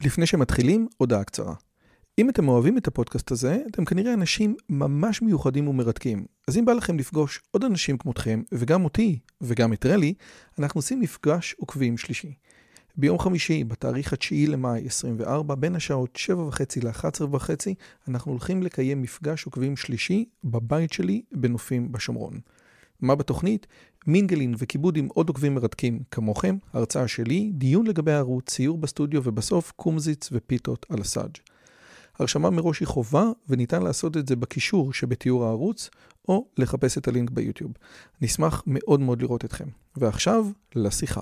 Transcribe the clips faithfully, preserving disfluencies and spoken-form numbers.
לפני שמתחילים, הודעה קצרה. אם אתם אוהבים את הפודקאסט הזה, אתם כנראה אנשים ממש מיוחדים ומרתקים. אז אם בא לכם לפגוש עוד אנשים כמותכם, וגם אותי, וגם את רלי, אנחנו עושים מפגש עוקבים שלישי. ביום חמישי, בתאריך התשיעי למאי עשרים וארבע, בין השעות שבע וחצי ל-אחת עשרה וחצי, אנחנו הולכים לקיים מפגש עוקבים שלישי בבית שלי בנופים בשומרון. מה בתוכנית? מינגלין וכיבוד עם עוד עוקבים מרתקים כמוכם, הרצאה שלי, דיון לגבי הערוץ, ציור בסטודיו ובסוף קומזיץ ופיתות על הסאג'. הרשמה מראש היא חובה וניתן לעשות את זה בקישור שבתיאור הערוץ או לחפש את הלינק ביוטיוב. נשמח מאוד מאוד לראות אתכם. ועכשיו לשיחה.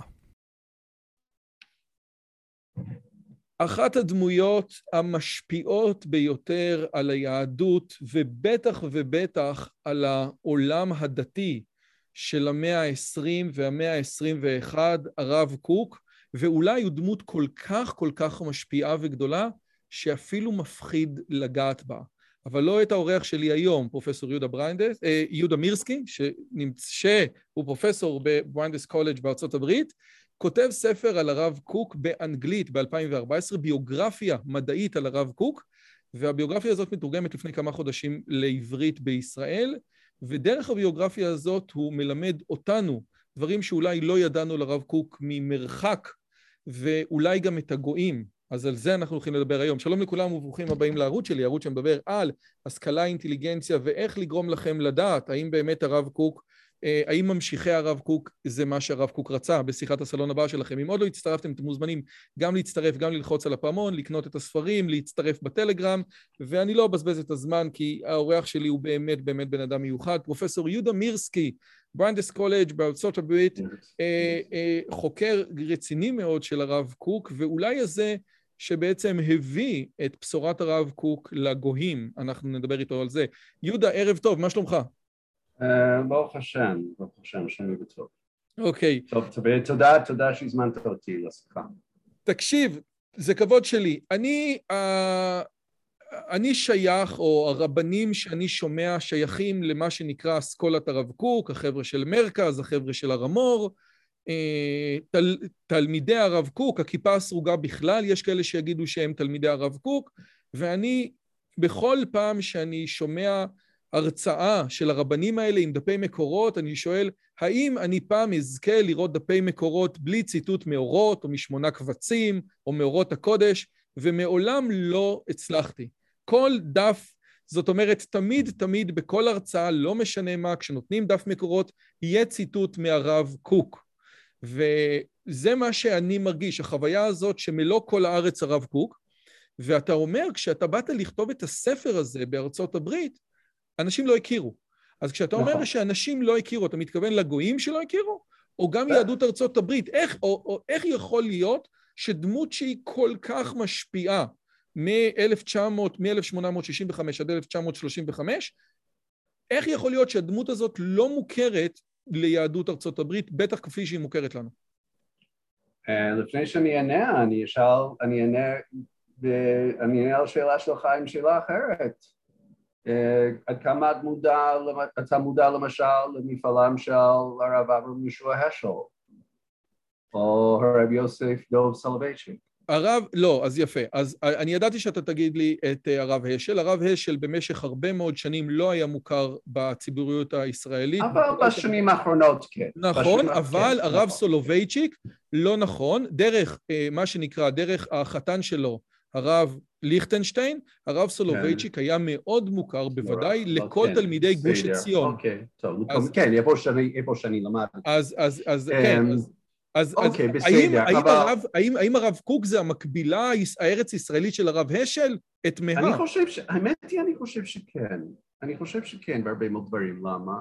אחת הדמויות המשפיעות ביותר על היהדות ובטח ובטח על העולם הדתי של המאה ה-עשרים והמאה ה-עשרים ואחת, הרב קוק, ואולי הוא דמות כל כך כל כך משפיעה וגדולה שאפילו מפחיד לגעת בה. אבל לא את האורח שלי היום, פרופסור יהודה בריינדס, אה, יהודה מירסקי, שנמצא, הוא פרופסור בבריינדס קולג' בארצות הברית, כותב ספר על הרב קוק באנגלית ב-אלפיים וארבע עשרה, ביוגרפיה מדעית על הרב קוק, והביוגרפיה הזאת מתורגמת לפני כמה חודשים לעברית בישראל, ודרך הביוגרפיה הזאת הוא מלמד אותנו דברים שאולי לא ידענו לרב קוק ממרחק, ואולי גם את הגויים. אז על זה אנחנו הולכים לדבר היום. שלום לכולם וברוכים הבאים לערוץ שלי, הערוץ שמדבר על השכלה, אינטליגנציה, ואיך לגרום לכם לדעת, האם באמת הרב קוק, האם ממשיכי הרב קוק זה מה שהרב קוק רצה בשיחת הסלון הבאה שלכם. אם עוד לא הצטרפתם, אתם מוזמנים גם להצטרף, גם ללחוץ על הפעמון, לקנות את הספרים, להצטרף בטלגרם, ואני לא אבזבז את הזמן, כי האורח שלי הוא באמת באמת בן אדם מיוחד, פרופסור יהודה מירסקי, בריינדס קולג' בארצות הברית, חוקר רציני מאוד של הרב קוק, ואולי הזה שבעצם הביא את בשורת הרב קוק לגויים, אנחנו נדבר איתו על זה. יהודה, ערב טוב, מה שלומך? ברוך השם, ברוך השם, שמי בטוב. אוקיי. טוב, תודה, תודה שהזמנת אותי לשיחה. תקשיב, זה כבוד שלי. אני, אני שייך, או הרבנים שאני שומע שייכים למה שנקרא אסכולת הרב קוק, החבר'ה של מרכז, החבר'ה של הר המור, תל, תלמידי הרב קוק, הכיפה הסרוגה בכלל, יש כאלה שיגידו שהם תלמידי הרב קוק, ואני בכל פעם שאני שומע הרצאה של הרבנים האלה עם דפי מקורות, אני שואל, האם אני פעם אזכה לראות דפי מקורות בלי ציטוט מאורות, או משמונה קבצים, או מאורות הקודש, ומעולם לא הצלחתי. כל דף, זאת אומרת, תמיד תמיד בכל הרצאה, לא משנה מה, כשנותנים דף מקורות, יהיה ציטוט מהרב קוק. וזה מה שאני מרגיש, החוויה הזאת שמלוא כל הארץ הרב קוק, ואתה אומר, כשאתה באת לכתוב את הספר הזה בארצות הברית, אנשים לא הכירו. אז כשאתה אומר נכון. שאנשים לא הכירו, אתה מתכוון לגויים שלא הכירו? או גם יהדות ארצות הברית? איך, או, או, איך יכול להיות שדמות שהיא כל כך משפיעה מ-אלף שמונה מאות שישים וחמש עד אלף תשע מאות שלושים וחמש, איך יכול להיות שהדמות הזאת לא מוכרת ליהדות ארצות הברית, בטח כפי שהיא מוכרת לנו? לפני שאני אענה, אני אשאל, אני אענה, אני אענה על שאלה שלך עם שאלה אחרת. עד כמה את מודע, אתה מודע למשל למפעלם של הרב אברהם יהושע השל, או הרב יוסף דוב סולובייצ'יק? הרב, לא, אז יפה. אז אני ידעתי שאתה תגיד לי את הרב השל. הרב השל במשך הרבה מאוד שנים לא היה מוכר בציבוריות הישראלית. אבל בשנים האחרונות כן. נכון, אבל הרב סולובייצ'יק לא נכון. דרך מה שנקרא, דרך החתן שלו, הרב ליכטנשטיין, הרב סולובייצ'יק היה מאוד מוכר, בוודאי לכל תלמידי גוש עציון. אוקיי, טוב, כן, איפה שאני למדתי. אז, אז, אז, כן, אז... אז, okay, אז האם, האם, אבל... הרב, האם, האם הרב קוק זה המקבילה הארץ ישראלית של הרב השל? את מה? אני חושב ש... האמת היא, אני חושב שכן. אני חושב שכן, בהרבה מאוד דברים. למה?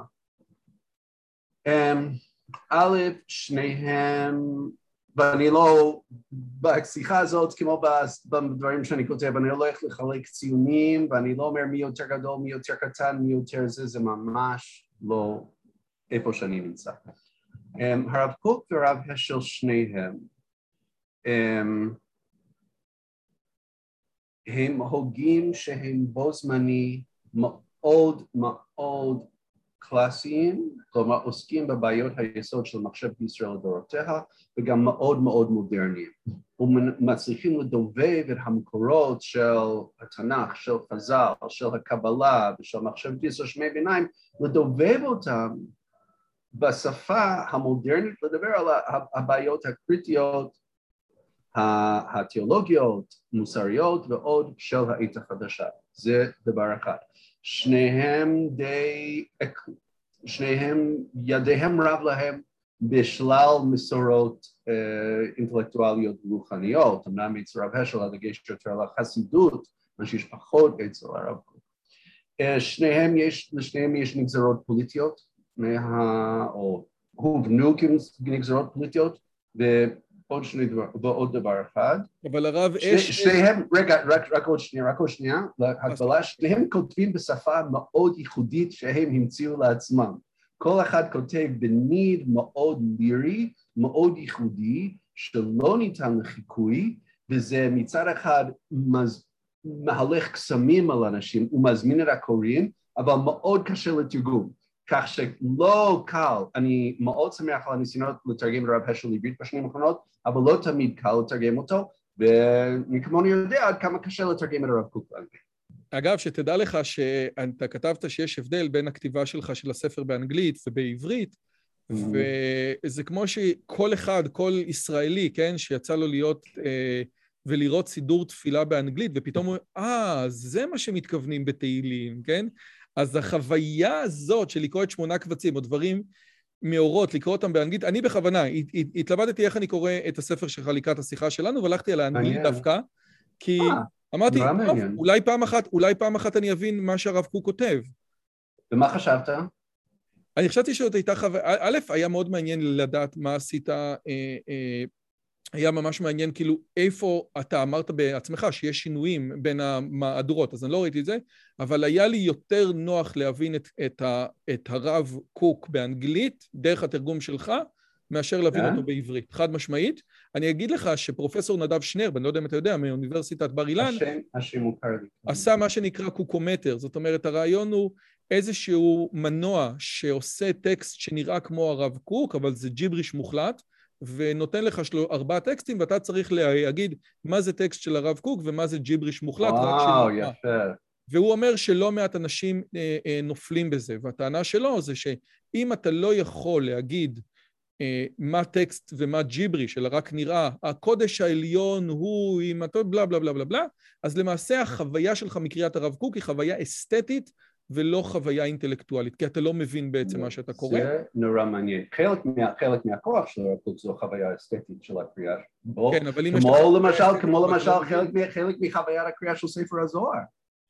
א', שניהם, ואני לא, בשיחה הזאת, כמו בדברים שאני כותב, אני לא הולך לחלק ציונים, ואני לא אומר מי יותר גדול, מי יותר קטן, מי יותר זה, זה ממש לא איפה שאני נמצא. Um, הרב קוק והרב השל שניהם um, הם הוגים שהם בו זמני מאוד מאוד קלאסיים, כלומר עוסקים בבעיות היסוד של מחשב בישראל לדורותיה, וגם מאוד מאוד מודרניים. ומצליחים לדובב את המקורות של התנ"ך, של חז"ל, של הקבלה ושל מחשב בישראל של ימי ביניים, לדובב אותם בשפה המודרנית, לדבר על הבעיות הקריטיות, התיאולוגיות, מוסריות ועוד של העת החדשה. זה דבר אחד. שניהם די, שניהם ידיהם רב להם בשלל מסורות אה, אינטלקטואליות רוחניות, אמנם אצל הרב השל הדגש יותר לחסידות, מה שיש פחות אצל הרב קוק. אה, שניהם יש, לשניהם יש נגזרות פוליטיות, מה, או הובנו כנגזרות פוליטיות, ועוד שני דבר, ועוד דבר אחד. אבל הרב שני, אש... שניהם, רגע, רק, רק עוד שנייה, רק עוד שנייה, להגבלה, שניהם כותבים בשפה מאוד ייחודית שהם המציאו לעצמם. כל אחד כותב בניד מאוד לירי, מאוד ייחודי, שלא ניתן לחיקוי, וזה מצד אחד מז... מהלך קסמים על אנשים, הוא מזמין את הקוראים, אבל מאוד קשה לתרגום. כך שלא קל, אני מאוד שמח על הניסיונות לתרגם את הרב השל לעברית בשנים האחרונות, אבל לא תמיד קל לתרגם אותו, ומי כמוני יודע עד כמה קשה לתרגם את הרב קוק לאנגלית. אגב, שתדע לך שאתה כתבת שיש הבדל בין הכתיבה שלך של הספר באנגלית ובעברית, וזה כמו שכל אחד, כל ישראלי, כן, שיצא לו להיות אה, ולראות סידור תפילה באנגלית, ופתאום הוא, אה, זה מה שמתכוונים בתהילים, כן? אז החוויה הזאת של לקרוא את שמונה קבצים, או דברים מאורות, לקרוא אותם באנגלית, אני בכוונה, התלמדתי איך אני קורא את הספר שלך לקראת השיחה שלנו, והלכתי על האנגלית דווקא, כי אמרתי, אולי פעם אחת, אולי פעם אחת אני אבין מה שהרב קוק כותב. ומה חשבת? אני חשבתי שזאת הייתה חוויה, א', היה מאוד מעניין לדעת מה עשית, היה ממש מעניין כאילו איפה אתה אמרת בעצמך שיש שינויים בין המהדורות, אז אני לא ראיתי את זה, אבל היה לי יותר נוח להבין את, את, ה, את הרב קוק באנגלית, דרך התרגום שלך, מאשר להבין אותו בעברית. חד משמעית. אני אגיד לך שפרופסור נדב שנר, אני לא יודע אם אתה יודע, מאוניברסיטת בר אילן, השם מוכר לי. עשה מה שנקרא קוקומטר, זאת אומרת, הרעיון הוא איזשהו מנוע שעושה טקסט שנראה כמו הרב קוק, אבל זה ג'יבריש מוחלט, ונותן לך שלו ארבעה טקסטים, ואתה צריך להגיד מה זה טקסט של הרב קוק ומה זה ג'יבריש מוחלט. וואו, יפה. והוא אומר שלא מעט אנשים אה, אה, נופלים בזה, והטענה שלו זה שאם אתה לא יכול להגיד אה, מה טקסט ומה ג'יבריש, אלא רק נראה, הקודש העליון הוא עם אותו בלה בלה בלה בלה בלה, אז למעשה החוויה שלך מקריאת הרב קוק היא חוויה אסתטית, ולא חוויה אינטלקטואלית, כי אתה לא מבין בעצם מה שאתה קורא. זה נורא מעניין. חלק, מה, חלק מהכוח של הרב קוק זו חוויה אסתטית של הקריאה. כן, אבל אם כמו יש למשל, כמו למשל חלק, חלק מחוויית הקריאה של ספר הזוהר.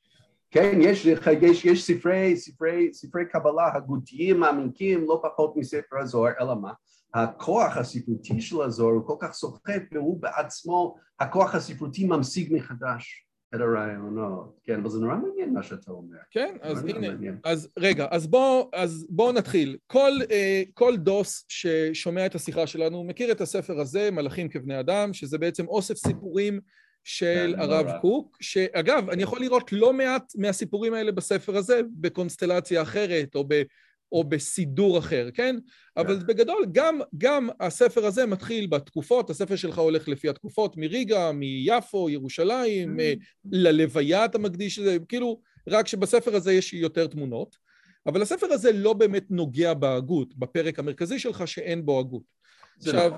כן, יש, יש, יש ספרי, ספרי, ספרי קבלה הגותיים, מעמיקים, לא פחות מספר הזוהר, אלא מה? הכוח הספרותי של הזוהר הוא כל כך סוחף, והוא בעצמו, הכוח הספרותי ממשיג מחדש. את הרעיונות, כן, אבל זה נורא מעניין מה שאתה אומר. כן, אז הנה, אז רגע, אז בואו אז בוא נתחיל. כל, כל דוס ששומע את השיחה שלנו מכיר את הספר הזה, מלאכים כבני אדם, שזה בעצם אוסף סיפורים של הרב קוק, שאגב, אני יכול לראות לא מעט מהסיפורים האלה בספר הזה, בקונסטלציה אחרת, או ב... או בסידור אחר, כן? אבל בגדול, גם, גם הספר הזה מתחיל בתקופות, הספר שלך הולך לפי התקופות, מריגה, מיפו, ירושלים, ללוויה אתה מקדיש, כאילו, רק שבספר הזה יש יותר תמונות, אבל הספר הזה לא באמת נוגע בהגות, בפרק המרכזי שלך שאין בו הגות. עכשיו,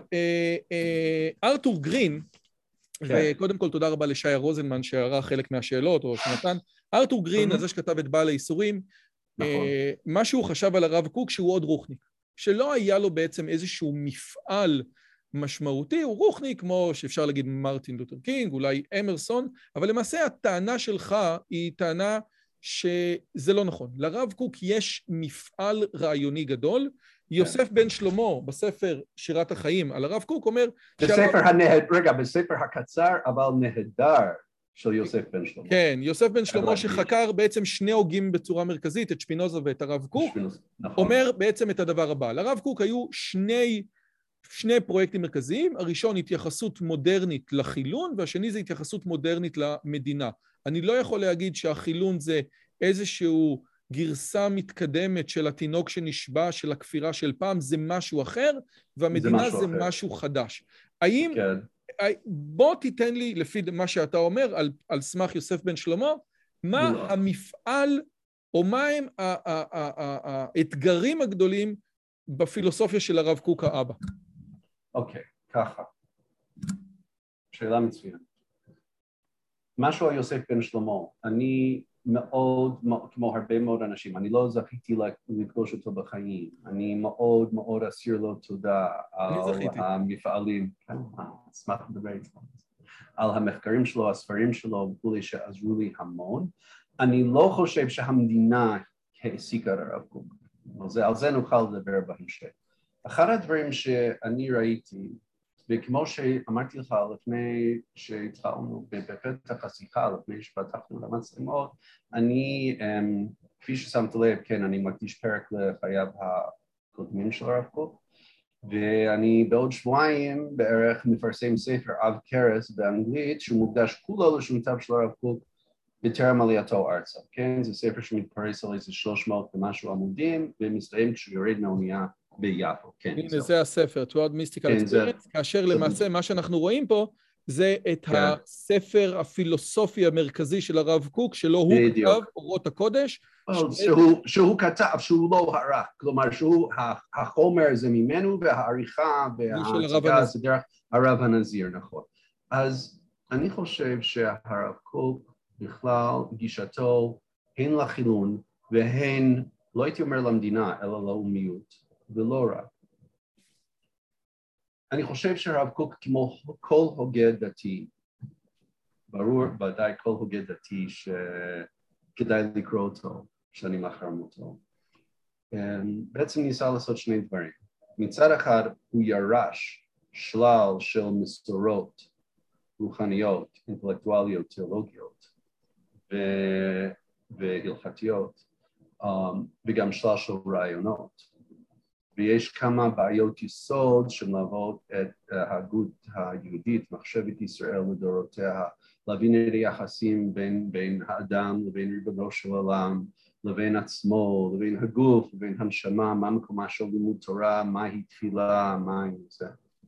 ארתור גרין, וקודם כל תודה רבה לשי רוזנמן שערך חלק מהשאלות, או שנתן, ארתור גרין, הזה שכתב את בעל האיסורים, נכון. מה שהוא חשב על הרב קוק שהוא עוד רוחניק, שלא היה לו בעצם איזשהו מפעל משמעותי, הוא רוחניק כמו שאפשר להגיד מרטין לותר קינג, אולי אמרסון, אבל למעשה הטענה שלך היא טענה שזה לא נכון. לרב קוק יש מפעל רעיוני גדול, יוסף בן שלמה בספר שירת החיים על הרב קוק אומר... בספר הנהד... רגע, בספר הקצר אבל נהדר. של יוסף בן שלמה. כן, יוסף בן שלמה שחקר בעצם שני הוגים בצורה מרכזית, את שפינוזה ואת הרב קוק, אומר בעצם את הדבר הבא. לרב קוק היו שני, שני פרויקטים מרכזיים, הראשון התייחסות מודרנית לחילון, והשני זה התייחסות מודרנית למדינה. אני לא יכול להגיד שהחילון זה איזשהו גרסה מתקדמת של התינוק שנשבע, של הכפירה של פעם, זה משהו אחר, והמדינה זה משהו, זה משהו חדש. האם, כן. בוא תיתן לי, לפי מה שאתה אומר, על, על סמך יוסף בן שלמה, מה לא. המפעל, או מה הם האתגרים הגדולים בפילוסופיה של הרב קוק האבא? אוקיי, ככה. שאלה מצוינת. משהו על יוסף בן שלמה, אני מאוד, כמו הרבה מאוד אנשים, אני לא זכיתי לפגוש אותו בחיים, אני מאוד מאוד אסיר לו תודה על המפעלים, אשמח לדבר איתו, על המחקרים שלו, הספרים שלו, וכולי שעזרו לי המון. אני לא חושב שהמדינה העסיקה את הרב קוק, על זה נוכל לדבר בהמשך. אחד הדברים שאני ראיתי, וכמו שאמרתי לך לפני שהתחלנו בפתח השיחה, לפני שפתחנו למצלמות, אני, כפי ששמת לב, כן, אני מקדיש פרק לחייו הקודמים של הרב קוק, ואני בעוד שבועיים בערך מפרסם ספר עב כרס באנגלית, שהוא מוקדש כולו לשנותיו של הרב קוק בטרם עלייתו ארצה, כן? זה ספר שמתפרס על איזה שלוש מאות ומשהו עמודים, ומסתיים כשהוא יורד מהאונייה ביפו, כן. הנה זה הספר, Throughout Mystical Experience, כאשר למעשה מה שאנחנו רואים פה, זה את הספר הפילוסופי המרכזי של הרב קוק, שלא הוא כתב, אורות הקודש. שהוא כתב, שהוא לא ערך, כלומר שהחומר זה ממנו, והעריכה וההצגה זה דרך הרב הנזיר, נכון. אז אני חושב שהרב קוק בכלל גישתו הן לחילון, והן, לא הייתי אומר למדינה, אלא לאומיות. ולא רק. אני חושב שהרב קוק כמו כל הוגה דתי, ברור ודאי כל הוגה דתי שכדאי לקרוא אותו, שאני מחרם אותו, בעצם ניסה לעשות שני דברים. מצד אחד הוא ירש שלל של מסורות רוחניות, אינטלקטואליות, תיאולוגיות והלכתיות, וגם שלל של רעיונות. ויש כמה בעיות יסוד שמלוות את ההגות היהודית, מחשבת ישראל לדורותיה, להבין את היחסים בין, בין האדם לבין ריבונו של עולם, לבין עצמו, לבין הגוף, לבין הנשמה, מה מקומה של לימוד תורה, מהי תפילה, מהי זה.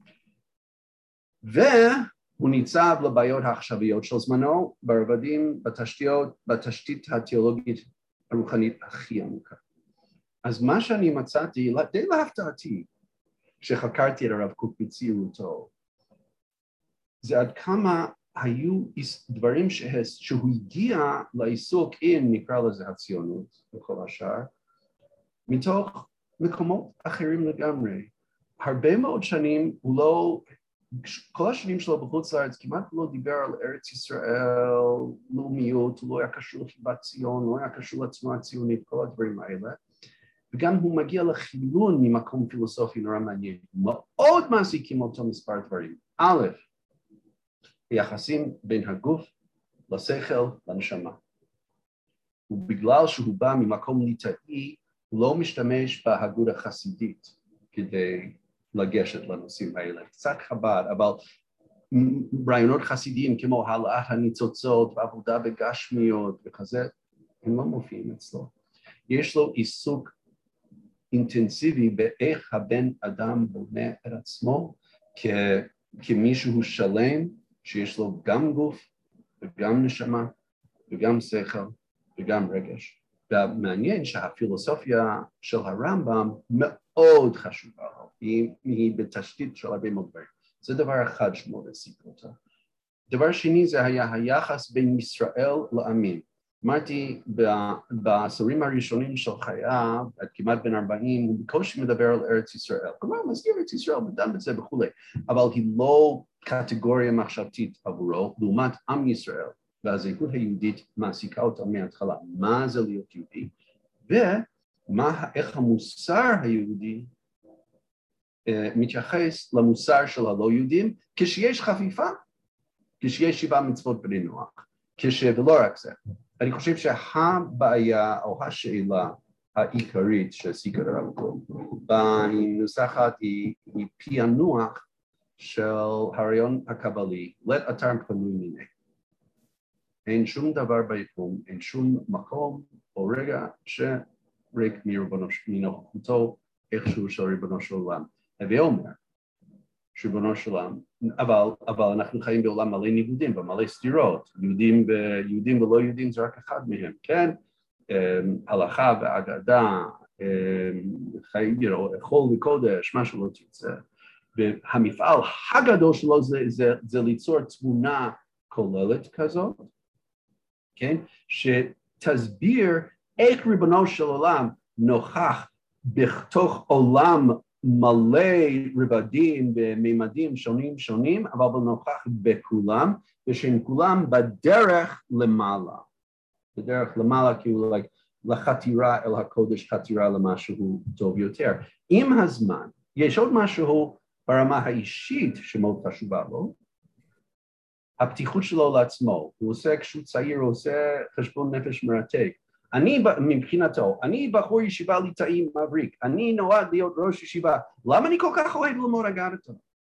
והוא ניצב לבעיות העכשוויות של זמנו, ברבדים, בתשתיות, בתשתית התיאולוגית הרוחנית הכי עמוקה. אז מה שאני מצאתי, די להפתעתי, כשחקרתי את הרב קוק בצעירותו, זה עד כמה היו דברים שהוא הגיע לעיסוק עם, נקרא לזה הציונות, וכל השאר, מתוך מקומות אחרים לגמרי. הרבה מאוד שנים הוא לא, כל השנים שלו בחוץ לארץ כמעט לא דיבר על ארץ ישראל, לאומיות, הוא לא היה קשור לחיבת ציון, לא היה קשור לתנועה הציונית, כל הדברים האלה. וגם הוא מגיע לחילון ממקום פילוסופי נורא מעניין. מאוד מעסיקים אותו מספר דברים. א', היחסים בין הגוף לשכל לנשמה. ובגלל שהוא בא ממקום ליטאי, הוא לא משתמש בהגות החסידית כדי לגשת לנושאים האלה. קצת חב"ד, אבל רעיונות חסידיים כמו העלאת הניצוצות ועבודה בגשמיות וכזה, הם לא מופיעים אצלו. יש לו עיסוק אינטנסיבי באיך הבן אדם בונה את עצמו כ- כמישהו שלם, שיש לו גם גוף וגם נשמה וגם שכל וגם רגש. ומעניין שהפילוסופיה של הרמב"ם מאוד חשובה לו, היא, היא בתשתית של הרבה מאוד דברים. זה דבר אחד שמאוד העסיק אותה. דבר שני זה היה היחס בין ישראל לעמים. אמרתי, בעשורים הראשונים של חייו, עד כמעט בן ארבעים, הוא בקושי מדבר על ארץ ישראל. כלומר, הוא מזכיר ארץ ישראל, ודן בזה וכולי, אבל היא לא קטגוריה מחשבתית עבורו, לעומת עם ישראל, והזהות היהודית מעסיקה אותה מההתחלה. מה זה להיות יהודי? ואיך המוסר היהודי מתייחס למוסר של הלא יהודים, כשיש חפיפה, כשיש שבעה מצוות בני נוח, כש... ולא רק זה. אני חושב שהבעיה או השאלה העיקרית שהעסיקה את הרב קוק בנוסחת היא, היא פענוח של הרעיון הקבלי, לית אתר פנוי מיניה. אין שום דבר ביקום, אין שום מקום או רגע שריק מנוכחותו איכשהו של ריבונו של עולם. הווי אומר, שריבונו של עולם, אבל, אבל אנחנו חיים בעולם מלא ניגודים ומלא סתירות, יהודים, יהודים ולא יהודים זה רק אחד מהם, כן? הלכה ואגדה, חיים, חול וקודש, מה שלא תרצה. והמפעל הגדול שלו זה, זה, זה ליצור תמונה כוללת כזאת, כן? שתסביר איך ריבונו של עולם נוכח בתוך עולם מלא רבדים וממדים שונים שונים, אבל נוכח בכולם, ושהם כולם בדרך למעלה. בדרך למעלה כאילו like, לחתירה אל הקודש, חתירה למשהו טוב יותר. עם הזמן, יש עוד משהו ברמה האישית שמאוד חשובה לו, הפתיחות שלו לעצמו, הוא עושה כשהוא צעיר, הוא עושה חשבון נפש מרתק. אני, מבחינתו, אני בחור ישיבה ליטאי מבריק, אני נועד להיות ראש ישיבה, למה אני כל כך אוהב ללמוד אגדתא?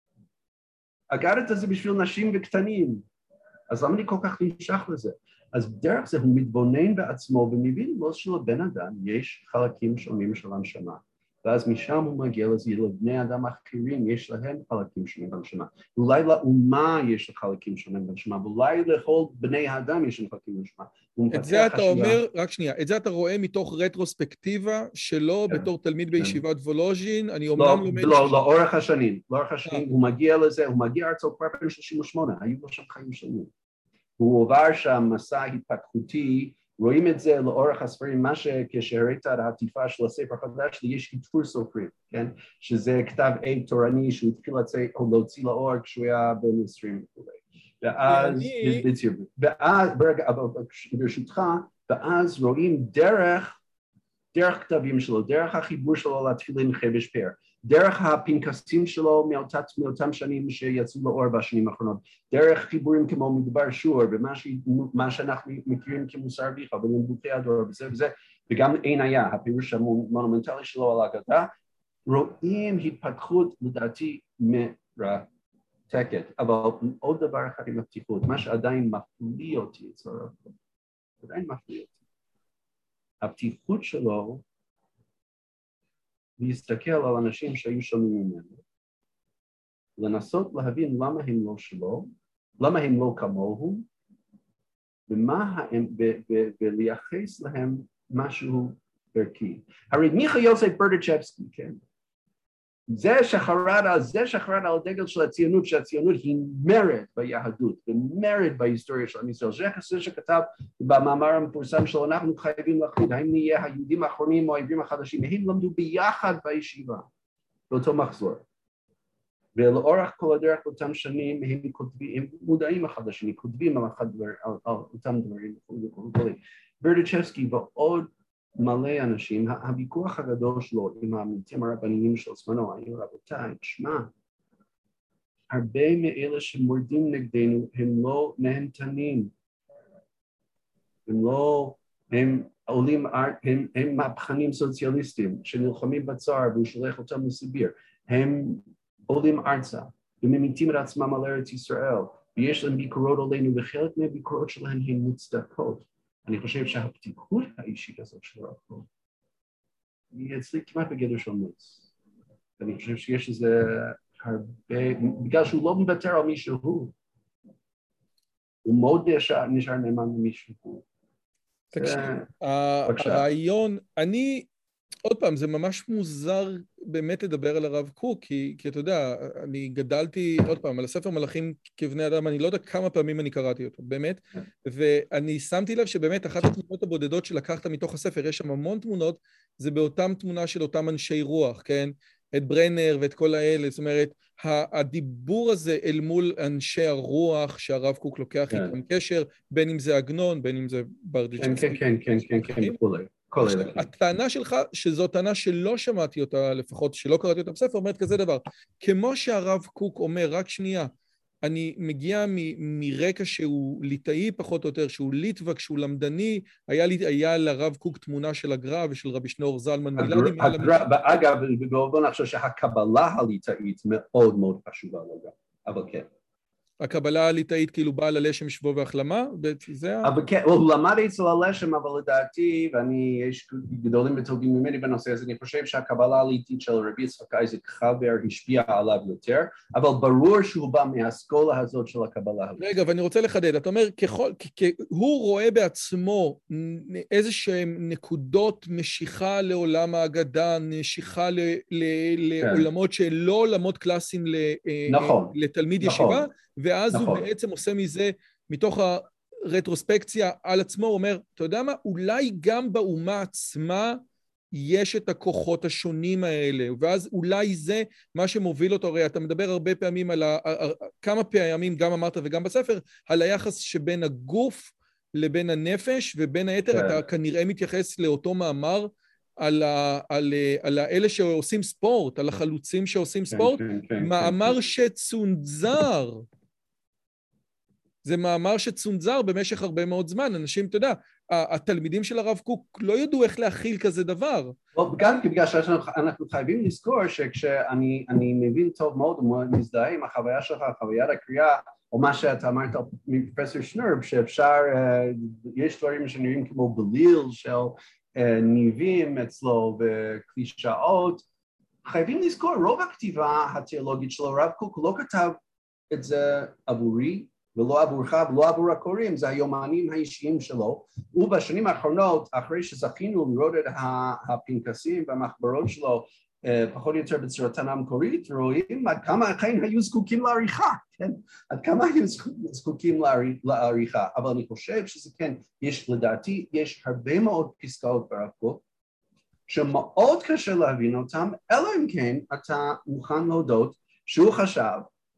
אגדתא זה בשביל נשים וקטנים, אז למה אני כל כך נמשך לזה? אז דרך זה הוא מתבונן בעצמו ומבין לו שלבן אדם יש חלקים שונים של הנשמה. ואז משם הוא מגיע לזה, לבני אדם אחרים יש להם חלקים שונים בנשמה. אולי לאומה יש חלקים שונים בנשמה, ואולי לכל בני האדם יש חלקים בנשמה. את זה אתה אומר, רק שנייה, את זה אתה רואה מתוך רטרוספקטיבה שלו בתור תלמיד בישיבת וולוז'ין, אני אומנם לומד... לא, לאורך השנים, לאורך השנים, הוא מגיע לזה, הוא מגיע ארצו כבר בין שלושים ושמונה, היו לו שם חיים שונים. הוא עובר שם מסע התפתחותי, רואים את זה לאורך הספרים, מה שכשהראית את העטיפה של הספר החדש, יש כתפור סופרים, כן? שזה כתב עת תורני שהוא התחיל לצאת או להוציא לאור כשהוא היה בן עשרים וכו'. ואז, ואז, ברשותך, ואז רואים דרך, דרך כתבים שלו, דרך החיבור שלו לתפילין חבש פאר, דרך הפנקסים שלו מאותת, מאותם שנים שיצאו לאור בשנים האחרונות, דרך חיבורים כמו מדבר שור, ומה שאנחנו מכירים כמוסר ביחה, ולמבוכי הדור, וזה וזה, וגם אין היה, הפירוש המונומנטלי שלו על האגדה, רואים התפתחות לדעתי מרתקת, אבל עוד דבר אחד עם הפתיחות, מה שעדיין מפליא אותי, עדיין מפליא אותי, הפתיחות שלו, להסתכל על אנשים שהיו שונים ממנו, לנסות להבין למה הם לא שלו, למה הם לא כמוהו, ומה הם, ולייחס להם משהו ערכי. הרי מיכה יוסף ברדיצ'בסקי, כן? זה שחרד על זה שחרד על הדגל של הציונות, שהציונות היא מרד ביהדות, ומרד בהיסטוריה של עם ישראל. זה שכתב במאמר המפורסם שלו, אנחנו חייבים להחליט, האם נהיה היהודים האחרונים או העברים החדשים, הם למדו ביחד בישיבה, באותו מחזור. ולאורך כל הדרך באותם שנים, הם כותבים, הם מודעים אחד לשני, כותבים על, אחד, על, על אותם דברים, ברדיצ'בסקי ועוד מלא אנשים, הוויכוח הגדול שלו עם העמיתים הרבניים של זמנו, היו רבותיי, שמע, הרבה מאלה שמורדים נגדנו הם לא נהנתנים, הם לא, הם עולים, הם, הם מהפכנים סוציאליסטים שנלחמים בצער והוא שולח אותם לסיביר, הם עולים ארצה וממיתים את עצמם על ארץ ישראל ויש להם ביקורות עלינו וחלק מהביקורות שלהם הן מוצדקות. אני חושב שהפתיחות האישית הזאת של הרב היא אצלי כמעט בגדר של נוץ. אני חושב שיש איזה הרבה, בגלל שהוא לא מוותר על מי שהוא, הוא מאוד נשאר נאמן למישהו. תקשיב, הרעיון, אני, עוד פעם, זה ממש מוזר באמת לדבר על הרב קוק, כי, כי אתה יודע, אני גדלתי, עוד פעם, על הספר מלאכים כבני אדם, אני לא יודע כמה פעמים אני קראתי אותו, באמת, ואני שמתי לב שבאמת אחת התמונות הבודדות שלקחת מתוך הספר, יש שם המון תמונות, זה באותם תמונה של אותם אנשי רוח, כן? את ברנר ואת כל האלה, זאת אומרת, הדיבור הזה אל מול אנשי הרוח שהרב קוק לוקח איתם קשר, בין אם זה עגנון, בין אם זה ברדיצ'בסקי. כן, כן, כן, כן, כן, כולי. הטענה שלך, שזו טענה שלא שמעתי אותה, לפחות שלא קראתי אותה בספר, אומרת כזה דבר, כמו שהרב קוק אומר, רק שנייה, אני מגיע מרקע שהוא ליטאי פחות או יותר, שהוא ליטבק, שהוא למדני, היה לרב קוק תמונה של הגר"א ושל רבי שניאור זלמן מלאדי. אגב, בוא נחשוב שהקבלה הליטאית מאוד מאוד חשובה לגר"א, אבל כן. הקבלה הליטאית כאילו באה ללשם שבו והחלמה? זה ה... אבל כן, הוא למד אצל הלשם, אבל לדעתי, ואני, יש גדולים וטובים ממני בנושא הזה, אני חושב שהקבלה הליטאית של רבי יצחק אייזק חבר השפיעה עליו יותר, אבל ברור שהוא בא מהאסכולה הזאת של הקבלה הליטאית. רגע, ואני רוצה לחדד, אתה אומר, ככל, הוא רואה בעצמו איזשהם נקודות משיכה לעולם האגדה, משיכה ל, ל, לעולמות שלא עולמות קלאסיים נכון, לתלמיד נכון. ישיבה, ואז נכון. הוא בעצם עושה מזה, מתוך הרטרוספקציה על עצמו, הוא אומר, אתה יודע מה, אולי גם באומה עצמה יש את הכוחות השונים האלה, ואז אולי זה מה שמוביל אותו, הרי אתה מדבר הרבה פעמים על ה... כמה פעמים, גם אמרת וגם בספר, על היחס שבין הגוף לבין הנפש, ובין היתר כן. אתה כנראה מתייחס לאותו מאמר, על, ה, על, על האלה שעושים ספורט, על החלוצים שעושים ספורט, כן, כן, כן, מאמר כן. שצונזר. זה מאמר שצונזר במשך הרבה מאוד זמן. אנשים, אתה יודע, התלמידים של הרב קוק לא ידעו איך להכיל כזה דבר. גם בגלל שאנחנו חייבים לזכור שכשאני אני מבין טוב מאוד ומזדהה עם החוויה שלך, חוויית הקריאה, או מה שאתה אמרת מפרופסור שנרב, שאפשר, יש דברים שנראים כמו בליל של ניבים אצלו וקלישאות, חייבים לזכור, רוב הכתיבה התיאולוגית של הרב קוק לא כתב את זה עבורי, ולא עבורך ולא עבור הקוראים, זה היומנים האישיים שלו, ובשנים האחרונות, אחרי שזכינו לראות את הפנקסים והמחברות שלו, פחות או יותר בצורתן המקורית, רואים עד כמה אכן היו זקוקים לעריכה, כן? עד כמה היו זקוקים לעריכה, אבל אני חושב שזה כן, יש לדעתי, יש הרבה מאוד פסקאות ברב קוק, שמאוד קשה להבין אותם, אלא אם כן אתה מוכן להודות שהוא חשב,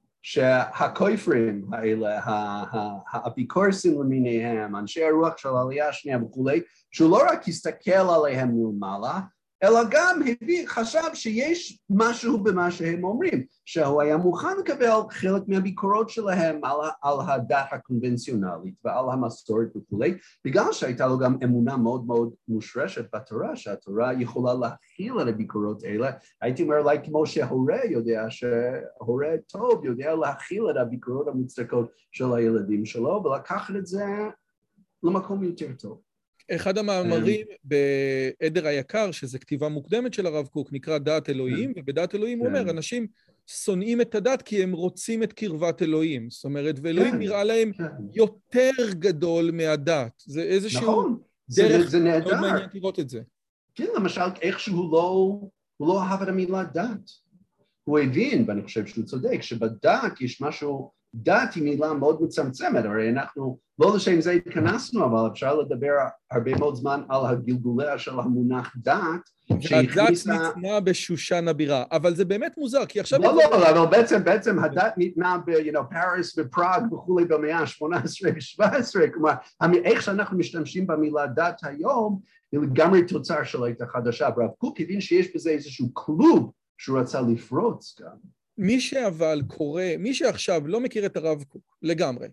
שהכופרים האלה, האפיקורסים למיניהם, אנשי הרוח של העלייה השנייה וכולי, שהוא לא רק הסתכל עליהם מלמעלה, אלא גם הביא, חשב שיש משהו במה שהם אומרים, שהוא היה מוכן לקבל חלק מהביקורות שלהם על, על הדת הקונבנציונלית ועל המסורת וכולי, בגלל שהייתה לו גם אמונה מאוד מאוד מושרשת בתורה, שהתורה יכולה להכיל את הביקורות האלה, הייתי אומר אולי כמו שההורה יודע, שההורה טוב יודע להכיל את הביקורות המוצדקות של הילדים שלו, ולקחת את זה למקום יותר טוב. אחד המאמרים בעדר היקר, שזה כתיבה מוקדמת של הרב קוק, נקרא דעת אלוהים, ובדעת אלוהים הוא אומר, אנשים שונאים את הדת כי הם רוצים את קרבת אלוהים. זאת אומרת, ואלוהים נראה להם יותר גדול מהדת. זה איזשהו דרך מאוד מעניין לראות את זה. כן, למשל, איכשהו הוא לא אהב את המילה דת. הוא הבין, ואני חושב שהוא צודק, שבדת יש משהו, דת היא מילה מאוד מצמצמת, הרי אנחנו לא לשם זה התכנסנו, אבל אפשר לדבר הרבה מאוד זמן על הגלגוליה של המונח דת, שהכניסה... הדת ניתנה בשושן הבירה, אבל זה באמת מוזר, כי עכשיו... לא, לא, אבל בעצם, בעצם הדת ניתנה ב, you know, פריס ופראג וכולי במאה ה-שמונה עשרה ו-שבע עשרה, כלומר, איך שאנחנו משתמשים במילה דת היום, היא לגמרי תוצר של העת החדשה, הרב קוק הבין שיש בזה איזשהו קלוב שהוא רצה לפרוץ גם. מי שאבל קורא, מי שעכשיו לא מכיר את הרב קוק לגמרי,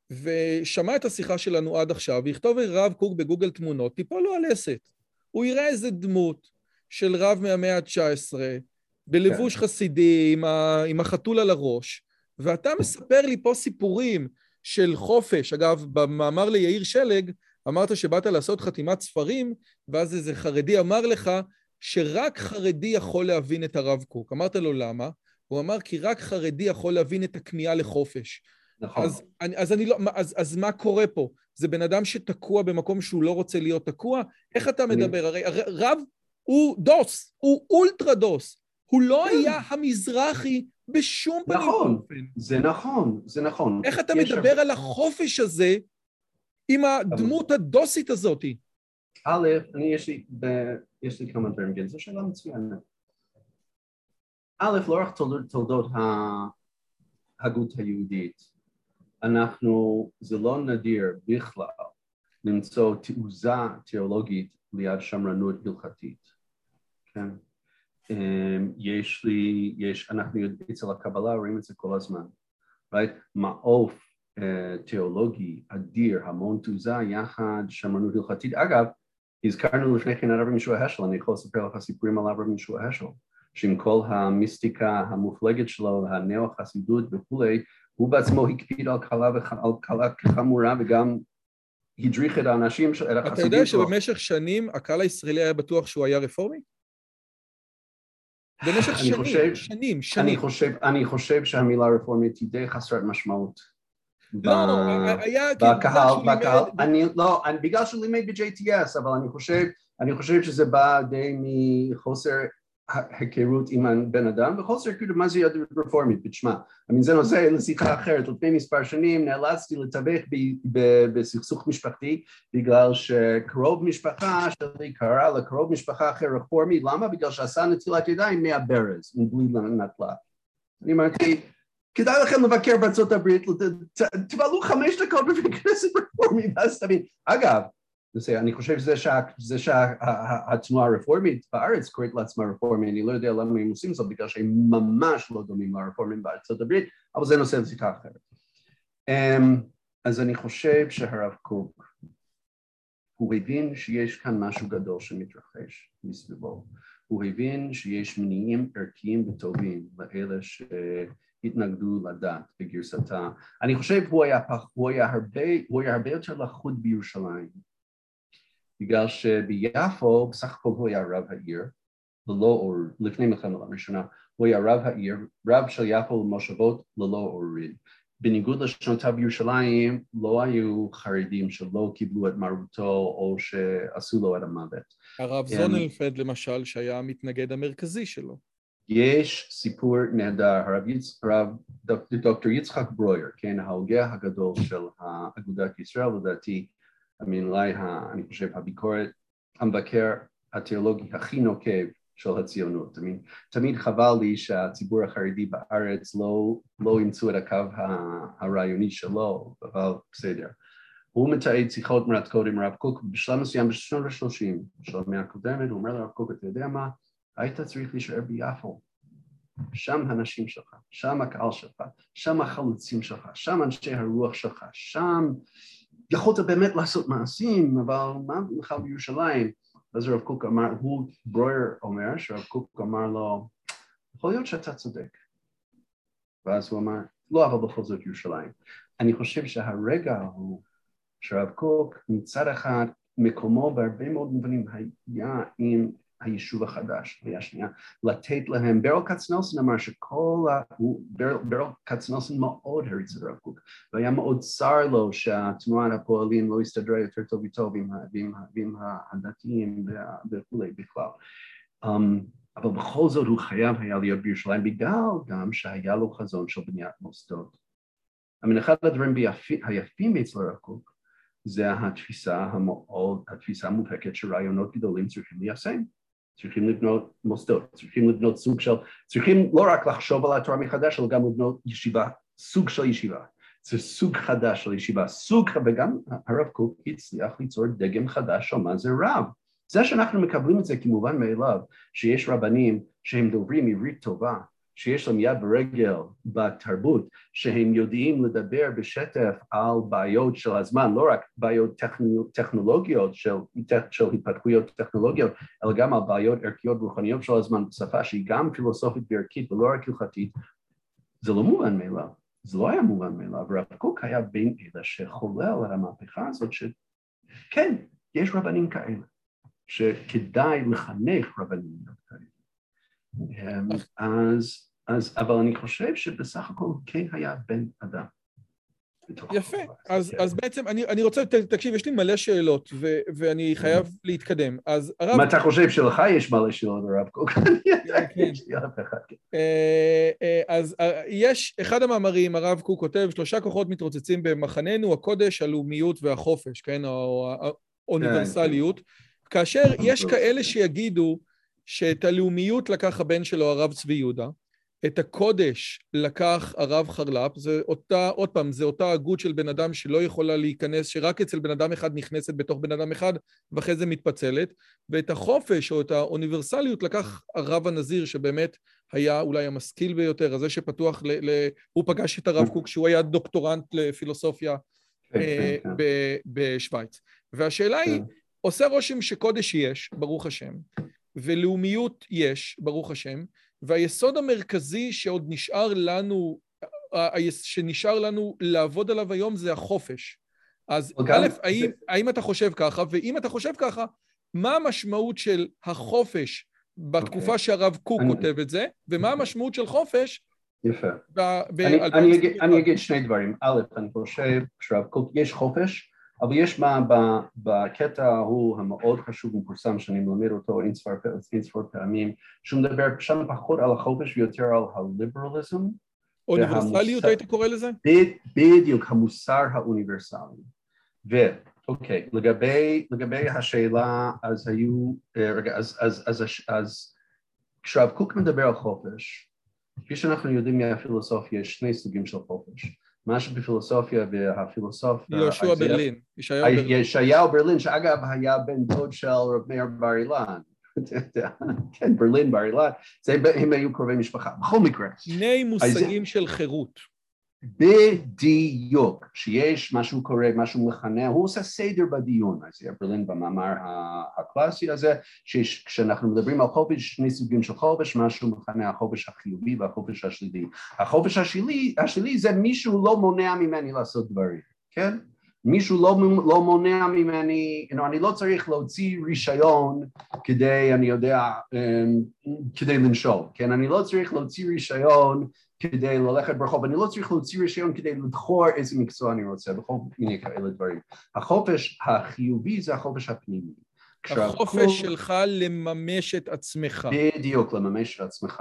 ושמע את השיחה שלנו עד עכשיו, ויכתוב רב קוק בגוגל תמונות, טיפול לו על הסת. הוא יראה איזה דמות של רב מהמאה ה-תשע עשרה, בלבוש חסידי, עם, ה... עם החתול על הראש, ואתה מספר לי פה סיפורים של חופש. אגב, במאמר ליאיר שלג, אמרת שבאת לעשות חתימת ספרים, ואז איזה חרדי אמר לך, שרק חרדי יכול להבין את הרב קוק. אמרת לו למה? הוא אמר, כי רק חרדי יכול להבין את הכמיהה לחופש. נכון. אז, אז, אני לא, אז, אז מה קורה פה? זה בן אדם שתקוע במקום שהוא לא רוצה להיות תקוע? איך אתה מדבר? הרי רב הוא דוס, הוא אולטרה דוס. הוא לא היה המזרחי בשום פנים. נכון, זה נכון, זה נכון. איך אתה מדבר על החופש הזה עם הדמות הדוסית הזאת? א', אני יש לי, יש לי כמה דברים, זו שאלה מצוינת. א', לאורך תולדות ההגות היהודית, אנחנו, זה לא נדיר בכלל למצוא תעוזה תיאולוגית ליד שמרנות הלכתית, כן? יש לי, יש, אנחנו יודעים אצל הקבלה, רואים את זה כל הזמן, right? מעוף תיאולוגי אדיר, המון תעוזה יחד שמרנות הלכתית. אגב, הזכרנו לפני כן את הרב ישוע השל, אני יכול לספר לך סיפורים על הרב ישוע השל, שעם כל המיסטיקה המופלגת שלו, הנאו-חסידות וכולי, הוא בעצמו הקפיד על קלה, על קלה כחמורה וגם הדריך את האנשים, את החסידים. אתה יודע שבמשך שנים הקהל הישראלי היה בטוח שהוא היה רפורמי? במשך שנים, חושב, שנים, שנים. אני חושב, אני חושב שהמילה רפורמית היא די חסרת משמעות. לא, ב... היה... בקהל, בקהל, לימד... אני, לא, אני, בגלל שהוא לימד ב-ג'יי טי אס, אבל אני חושב, אני חושב שזה בא די מחוסר היכרות עם הבן אדם, וחוסר היכרות מה זה יהדות רפורמית, בתשמע. אני זה נושא לשיחה אחרת, לפני מספר שנים נאלצתי לתווך בסכסוך משפחתי, בגלל שקרוב משפחה שלי קרא לקרוב משפחה אחר רפורמי, למה? בגלל שעשה נטילת ידיים מהברז, מבלי נטלה. אני אמרתי, כדאי לכם לבקר בארצות הברית, תבלו חמש דקות בפני כנסת רפורמית, אז תבין. אגב, אני חושב שזה שהתנועה הרפורמית בארץ קוראת לעצמה רפורמית, אני לא יודע למה הם עושים זאת, בגלל שהם ממש לא דומים לרפורמים בארצות הברית, אבל זה נושא לשיחה אחרת. אז אני חושב שהרב קוק, הוא הבין שיש כאן משהו גדול שמתרחש מסביבו, הוא הבין שיש מניעים ערכיים וטובים לאלה ש... התנגדו לדת בגרסתה. אני חושב הוא היה, הוא היה הרבה, הוא היה הרבה יותר לחוד בירושלים, בגלל שביפו בסך הכל הוא היה רב העיר, ללא אור, לפני מלחמת הראשונה, הוא היה רב העיר, רב של יפו למושבות ללא עוררין. בניגוד לשנותיו בירושלים, לא היו חרדים שלא קיבלו את מרותו או שעשו לו את המוות. הרב זוננפלד למשל, שהיה המתנגד המרכזי שלו. יש סיפור נהדר, הרב יצ... הרב דוקטור יצחק ברויר, כן, ההוגה הגדול של אגודת ישראל, לדעתי, אולי, אני חושב, הביקורת, המבקר התיאולוגי הכי נוקב של הציונות. תמיד, תמיד חבל לי שהציבור החרדי בארץ לא, לא ימצאו את הקו הרעיוני שלו, אבל בסדר. הוא מתעד שיחות מרתקות עם הרב קוק, בשלב מסוים בשנות ה-שלושים של המאה הקודמת, הוא אומר לרב קוק, אתה יודע מה? היית צריך להישאר ביפו, שם הנשים שלך, שם הקהל שלך, שם החלוצים שלך, שם אנשי הרוח שלך, שם יכולת באמת לעשות מעשים, אבל מה לך בירושלים? אז הרב קוק אמר, הוא ברויר אומר, שהרב קוק אמר לו, יכול להיות שאתה צודק. ואז הוא אמר, לא, אבל בכל זאת ירושלים. אני חושב שהרגע הוא, שהרב קוק מצד אחד, מקומו בהרבה מאוד מובנים היה עם היישוב החדש, היה שנייה, לתת להם, ברל כצנלסון אמר שכל, ברל כצנלסון מאוד הריץ את הרב קוק, והיה מאוד צר לו שהתנועת הפועלים לא הסתדרה יותר טוב וטוב עם, עם, עם הדתיים וכולי בכלל. Um, אבל בכל זאת הוא חייב היה להיות בירושלים, בגלל גם שהיה לו חזון של בניית מוסדות. I mean, אחד הדברים היפים אצל הרב קוק, זה התפיסה המאוד, התפיסה המובהקת שרעיונות גדולים צריכים ליישם. צריכים לבנות מוסדות, צריכים לבנות סוג של, צריכים לא רק לחשוב על התורה מחדש, אלא גם לבנות ישיבה, סוג של ישיבה. זה סוג חדש של ישיבה, סוג, וגם הרב קוק הצליח ליצור דגם חדש של מה זה רב. זה שאנחנו מקבלים את זה כמובן מאליו, שיש רבנים שהם דוברים עברית טובה, שיש להם יד ורגל בתרבות, שהם יודעים לדבר בשטף על בעיות של הזמן, לא רק בעיות טכנולוגיות של, של התפתחויות טכנולוגיות, אלא גם על בעיות ערכיות ורוחניות של הזמן בשפה שהיא גם פילוסופית וערכית ולא רק הלכתית. זה לא מובן מאליו, זה לא היה מובן מאליו, הרב קוק היה בין אלה שחולל על המהפכה הזאת, שכן, יש רבנים כאלה, שכדאי לחנך רבנים כאלה. אז, אז, אבל אני חושב שבסך הכל כן היה בן אדם. יפה, אז, אז בעצם אני, אני רוצה, תקשיב, יש לי מלא שאלות, ו, ואני חייב להתקדם. אז הרב... מה אתה חושב שלך יש מלא שאלות, הרב קוק? אז יש, אחד המאמרים, הרב קוק כותב, שלושה כוחות מתרוצצים במחננו, הקודש, הלאומיות והחופש, כן, או האוניברסליות, כאשר יש כאלה שיגידו, שאת הלאומיות לקח הבן שלו הרב צבי יהודה, את הקודש לקח הרב חרל"פ, זה אותה, עוד פעם, זה אותה הגות של בן אדם שלא יכולה להיכנס, שרק אצל בן אדם אחד נכנסת בתוך בן אדם אחד, ואחרי זה מתפצלת, ואת החופש או את האוניברסליות לקח הרב הנזיר, שבאמת היה אולי המשכיל ביותר, הזה שפתוח, ל, ל, הוא פגש את הרב קוק, שהוא היה דוקטורנט לפילוסופיה אה, ב, בשוויץ. והשאלה היא, עושה רושם שקודש יש, ברוך השם, ולאומיות יש, ברוך השם, והיסוד המרכזי שעוד נשאר לנו, שנשאר לנו לעבוד עליו היום זה החופש. אז א', האם, האם אתה חושב ככה, ואם אתה חושב ככה, מה המשמעות של החופש בתקופה okay. שהרב קוק אני... כותב את זה, ומה המשמעות של חופש? יפה. ב- אני, אני, אגיד, אני אגיד שני דברים. א', אני חושב שהרב קוק, יש חופש, אבל יש מה בקטע ההוא המאוד חשוב ומפורסם, שאני מלמד אותו אין ספור פעמים, שהוא מדבר שם פחות על החופש ויותר על הליברליזם. אוניברסליות היית קורא לזה? בדיוק, המוסר האוניברסלי. ואוקיי, לגבי, לגבי השאלה, אז היו, רגע, אז, אז, אז, אז, אז כשרב קוק מדבר על חופש, כפי שאנחנו יודעים מהפילוסופיה, יש שני סוגים של חופש. משהו בפילוסופיה והפילוסוף... יהושע ברלין. ישעיהו ברלין, שאגב היה בן דוד של רב מאיר בר אילן. כן, ברלין, בר אילן. הם היו קרובי משפחה. בכל מקרה. שני מושגים של חירות. בדיוק, שיש משהו קורה, משהו מכנה, הוא עושה סדר בדיון, אז זה ברלין במאמר הקלאסי הזה, שכשאנחנו מדברים על חופש, שני סוגים של חופש, משהו מכנה החופש החיובי והחופש השלילי. החופש השלילי, השלילי זה מישהו לא מונע ממני לעשות דברים, כן? מישהו לא, לא מונע ממני, you know, אני לא צריך להוציא רישיון כדי, אני יודע, כדי לנשול, כן? אני לא צריך להוציא רישיון כדי ללכת ברחוב, אני לא צריך להוציא רישיון כדי לבחור איזה מקצוע אני רוצה, בכל מיני כאלה דברים. החופש החיובי זה החופש הפנימי. החופש כל... שלך לממש את עצמך. בדיוק, לממש את עצמך.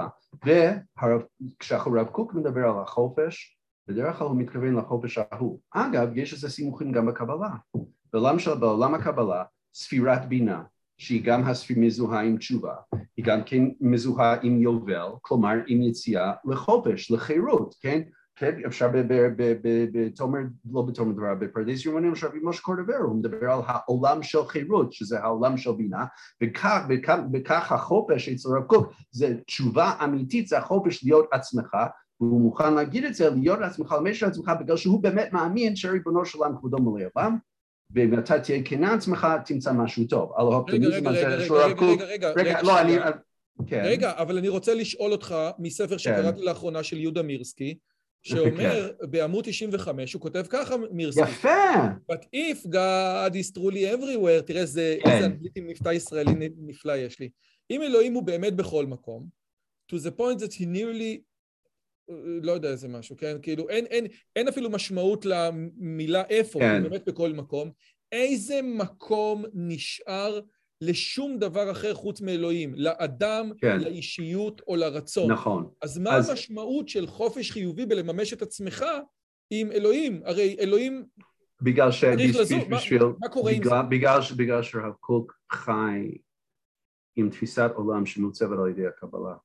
וכשהרב קוק מדבר על החופש, בדרך כלל הוא מתכוון לחופש ההוא. אגב, יש איזה סימוכים גם בקבלה. בעולם של, בעולם הקבלה, ספירת בינה, שהיא גם הספירה מזוהה עם תשובה, היא גם כן מזוהה עם יובל, כלומר עם יציאה לחופש, לחירות, כן? כן, אפשר בתומר, לא בתומר דברה, בפרדס יומנים, אפשר במשה קורדובר, הוא מדבר על העולם של חירות, שזה העולם של בינה, וכך, וכך, וכך החופש אצל רב קוק, זה תשובה אמיתית, זה החופש להיות עצמך, והוא מוכן להגיד את זה, להיות עצמך, למש עצמך, בגלל שהוא באמת מאמין שריבונו של עולם כבודו מלא עולם, ואם אתה תהיה כנה עצמך, תמצא משהו טוב. רגע, רגע, רגע, רגע, רגע, רגע, לא, אני... רגע, אבל אני רוצה לשאול אותך מספר שקראתי לאחרונה של יהודה מירסקי, שאומר בעמוד תשעים וחמש, הוא כותב ככה מירסקי. יפה! But if God is truly everywhere, תראה איזה אנגלית עם מבטא ישראלי נפלא יש לי. אם אלוהים הוא באמת בכל מקום, to the point that he nearly... לא יודע איזה משהו, כן? כאילו, אין, אין, אין אפילו משמעות למילה איפה, כן. באמת בכל מקום. איזה מקום נשאר לשום דבר אחר חוץ מאלוהים? לאדם, כן. לאישיות או לרצון. נכון. אז מה אז... המשמעות של חופש חיובי בלממש את עצמך עם אלוהים? הרי אלוהים... בגלל ש... צריך לזור, מה, מה קורה בגלל, עם זה? בגלל, בגלל שהרב קוק חי עם תפיסת עולם שמוצבת על ידי הקבלה.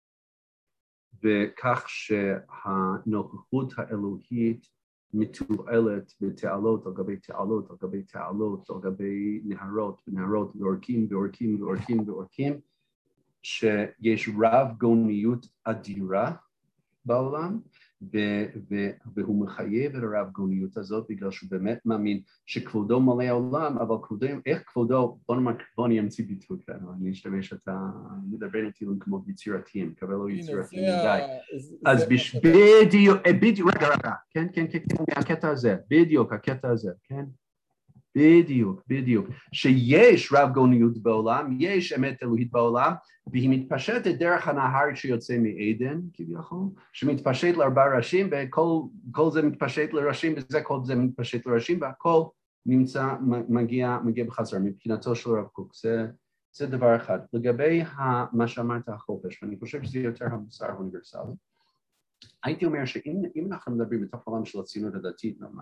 וכך שהנוכחות האלוהית מתועלת בתעלות על גבי תעלות על גבי תעלות על גבי נהרות ונהרות ואורקים ואורקים ואורקים ואורקים, שיש רב גוניות אדירה בעולם, והוא מחייב את הרב גוניות הזאת בגלל שהוא באמת מאמין שכבודו מלא העולם, אבל כבודו, איך כבודו, בוא אני אמציא ביטוי כאן, אני אשתמש שאתה מדבר איתי כמו יצירתיים, קבל לו יצירתיים מדי. אז בדיוק, בדיוק, רגע, רגע, כן, כן, כן, הקטע הזה, בדיוק, הקטע הזה, כן? בדיוק, בדיוק. שיש רב גוניות בעולם, יש אמת אלוהית בעולם, והיא מתפשטת דרך הנהר שיוצא מעדן, כביכול, שמתפשט לארבע ראשים, וכל זה מתפשט לראשים, וזה כל זה מתפשט לראשים, והכל נמצא, מגיע, מגיע בחזרה, מבחינתו של רב קוק. זה, זה דבר אחד. לגבי מה שאמרת החופש, ואני חושב שזה יותר המוסר האוניברסלי, הייתי אומר שאם אנחנו מדברים בתוך העולם של הציונות הדתית, נאמר,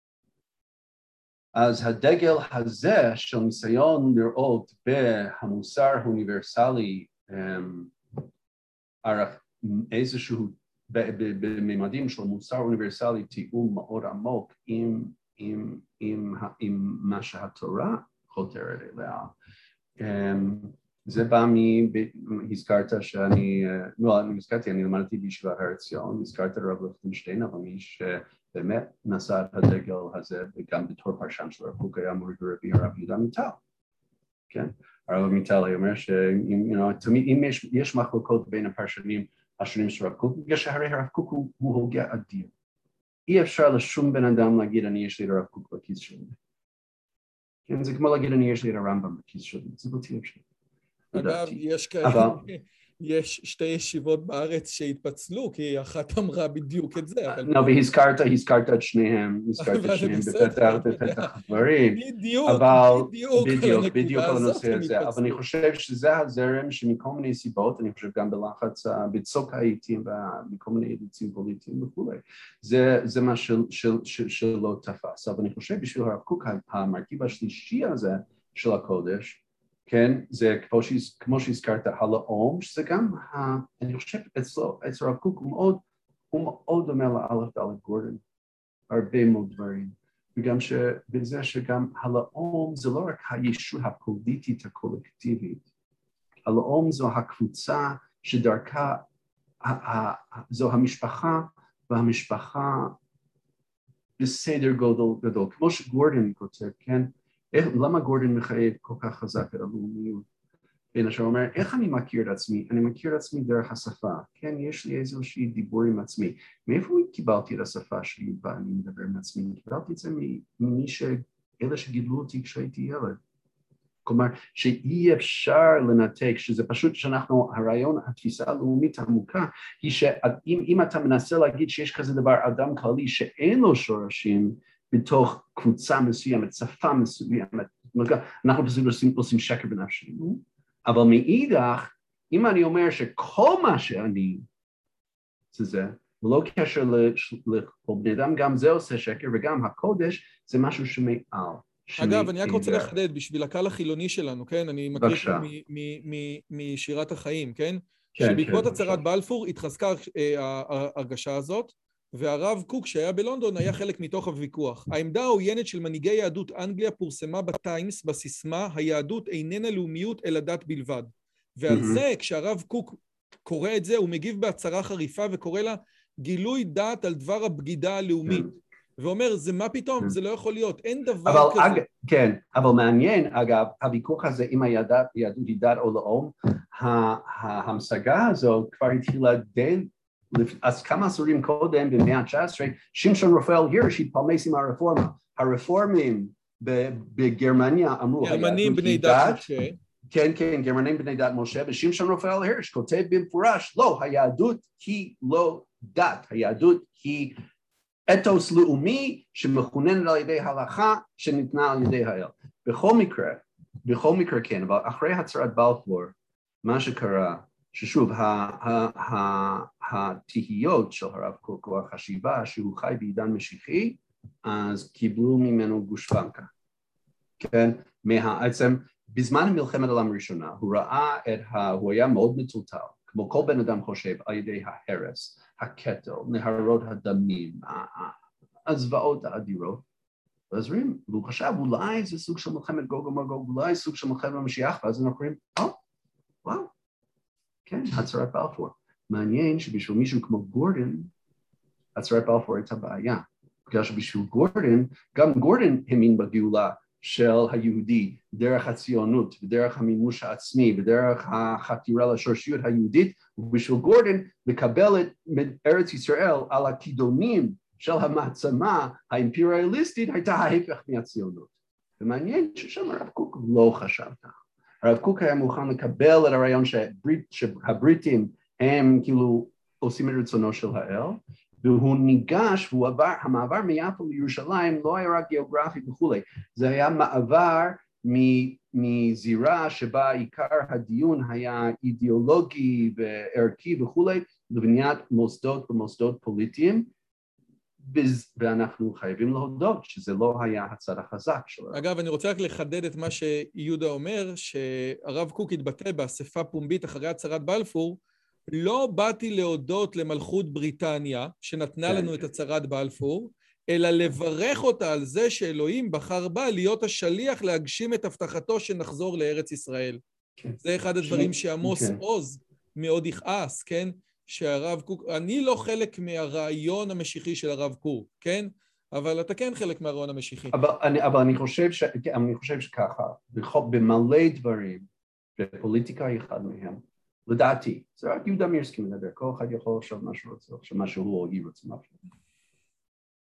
אז הדגל הזה של ניסיון לראות במוסר האוניברסלי איזשהו, בממדים של מוסר אוניברסלי, תיאום מאוד עמוק עם, עם, עם, עם מה שהתורה חותרת אליה. זה בא מ... הזכרת שאני, לא, אני הזכרתי, אני למדתי בישיבת הר ציון, הזכרת הרב ליכטנשטיין, אבל מי שבאמת נשא את הדגל הזה, וגם בתור פרשן של הרב קוק היה מורי ורבי הרב יהודה עמיטל, כן? הרב עמיטל אומר שאם יש מחלוקות בין הפרשנים השונים של הרב קוק, בגלל שהרי הרב קוק הוא הוגה אדיר, אי אפשר לשום בן אדם להגיד, אני יש לי את הרב קוק בכיס שלי. כן, זה כמו להגיד, אני יש לי את הרמב"ם בכיס שלי, זה בלתי אפשרי. אגב, יש כאלה, יש שתי ישיבות בארץ שהתפצלו, כי אחת אמרה בדיוק את זה. לא, והזכרת, הזכרת את שניהם, הזכרת את שניהם בפתח הדברים. בדיוק, בדיוק. בדיוק, בדיוק על הנושא הזה. אבל אני חושב שזה הזרם שמכל מיני סיבות, אני חושב גם בלחץ, בצוק העיתים ומכל מיני אילוצים פוליטיים וכולי. זה מה שלא תפס. אבל אני חושב בשביל הרב קוק, המרכיב השלישי הזה של הקודש, כן, זה כמו, שהז, כמו שהזכרת, הלאום, שזה גם, ה, אני חושב, אצלו, אצל הרב קוק הוא מאוד, הוא מאוד דומה לאלף דלת גורדון, הרבה מאוד דברים, וגם שבזה שגם הלאום זה לא רק הישות הפוליטית הקולקטיבית, הלאום זו הקבוצה שדרכה, זו המשפחה, והמשפחה בסדר גודל גדול, כמו שגורדון כותב, כן, איך, למה גורדון מחייב כל כך חזק את הלאומיות? בין השאר אומר, איך אני מכיר את עצמי? אני מכיר את עצמי דרך השפה, כן? יש לי איזושהי דיבור עם עצמי. מאיפה קיבלתי את השפה שלי ואני מדבר עם עצמי? קיבלתי את זה ממי ש... אלה שגידלו אותי כשהייתי ילד. כלומר, שאי אפשר לנתק, שזה פשוט שאנחנו, הרעיון, התפיסה הלאומית העמוקה, היא שאם אם אתה מנסה להגיד שיש כזה דבר, אדם כללי שאין לו שורשים, בתוך קבוצה מסוימת, שפה מסוימת, אנחנו פשוט עושים, עושים שקר בנפשנו, אבל מאידך, אם אני אומר שכל מה שאני, זה זה, ולא קשר לבני אדם, גם זה עושה שקר, וגם הקודש זה משהו שמעל. אגב, אני רק רוצה לחדד, בשביל הקהל החילוני שלנו, כן? אני מקריא פה משירת החיים, כן? שבעקבות הצהרת בלפור התחזקה ההרגשה הזאת, והרב קוק שהיה בלונדון היה חלק מתוך הוויכוח. העמדה העוינת של מנהיגי יהדות אנגליה פורסמה בטיימס בסיסמה, היהדות איננה לאומיות אלא דת בלבד. ועל זה, כשהרב קוק קורא את זה, הוא מגיב בהצהרה חריפה וקורא לה גילוי דעת על דבר הבגידה הלאומית. ואומר, זה מה פתאום? זה לא יכול להיות, אין דבר כזה. כן, אבל מעניין, אגב, הוויכוח הזה עם היהדות היא דת או לאום, ההמשגה הזו כבר התחילה די, אז כמה עשורים קודם, במאה ה-תשע עשרה, שמשון רפאל הירש התפלמס עם הרפורמה. הרפורמים בגרמניה אמרו, גרמנים בני דת משה. כן, כן, גרמנים בני דת משה, ושמשון רפאל הירש כותב במפורש, לא, היהדות היא לא דת, היהדות היא אתוס לאומי שמכונן על ידי הלכה שניתנה על ידי האל. בכל מקרה, בכל מקרה כן, אבל אחרי הצהרת בלפור, מה שקרה, ששוב, התהיות של הרב קוק או החשיבה שהוא חי בעידן משיחי, אז קיבלו ממנו גושפנקה. כן? בעצם, בזמן מלחמת העולם הראשונה, הוא ראה את ה... הוא היה מאוד מטולטל, כמו כל בן אדם חושב, על ידי ההרס, הקטל, נהרות הדמים, הזוועות האדירות. ואז רואים, והוא חשב, אולי זה סוג של מלחמת גוג ומגוג, אולי סוג של מלחמת המשיח, ואז אנחנו רואים, או, וואו, כן, הצהרת בלפור. מעניין שבשביל מישהו כמו גורדון, הצהרת בלפור הייתה בעיה. בגלל שבשביל גורדון, גם גורדון האמין בגאולה של היהודי, דרך הציונות, בדרך המימוש העצמי, בדרך החתירה לשורשיות היהודית, ובשביל גורדון לקבל את ארץ ישראל על הכידונים של המעצמה האימפריאליסטית, הייתה ההפך מהציונות. ומעניין ששם הרב קוק לא חשב כך. הרב קוק היה מוכן לקבל את הרעיון שהבריטים הם כאילו עושים את רצונו של האל, והוא ניגש, והוא עבר, המעבר מיפו לירושלים לא היה רק גיאוגרפי וכולי, זה היה מעבר מזירה שבה עיקר הדיון היה אידיאולוגי וערכי וכולי, לבניית מוסדות ומוסדות פוליטיים, ואנחנו חייבים להודות שזה לא היה הצד החזק שלו. אגב, אני רוצה רק לחדד את מה שיהודה אומר, שהרב קוק התבטא באספה פומבית אחרי הצהרת בלפור, לא באתי להודות למלכות בריטניה, שנתנה לנו את הצהרת בלפור, אלא לברך אותה על זה שאלוהים בחר בה להיות השליח להגשים את הבטחתו שנחזור לארץ ישראל. זה אחד הדברים שעמוס עוז מאוד יכעס, כן? שהרב קוק, אני לא חלק מהרעיון המשיחי של הרב קוק, כן? אבל אתה כן חלק מהרעיון המשיחי. אבל אני, אבל אני חושב ש, אני חושב שככה, במלא דברים, בפוליטיקה היא אחד מהם, לדעתי, זה רק יהודה מירסקי מדבר, כל אחד יכול לחשוב מה שהוא רוצה, שמה שהוא או היא רוצה משהו.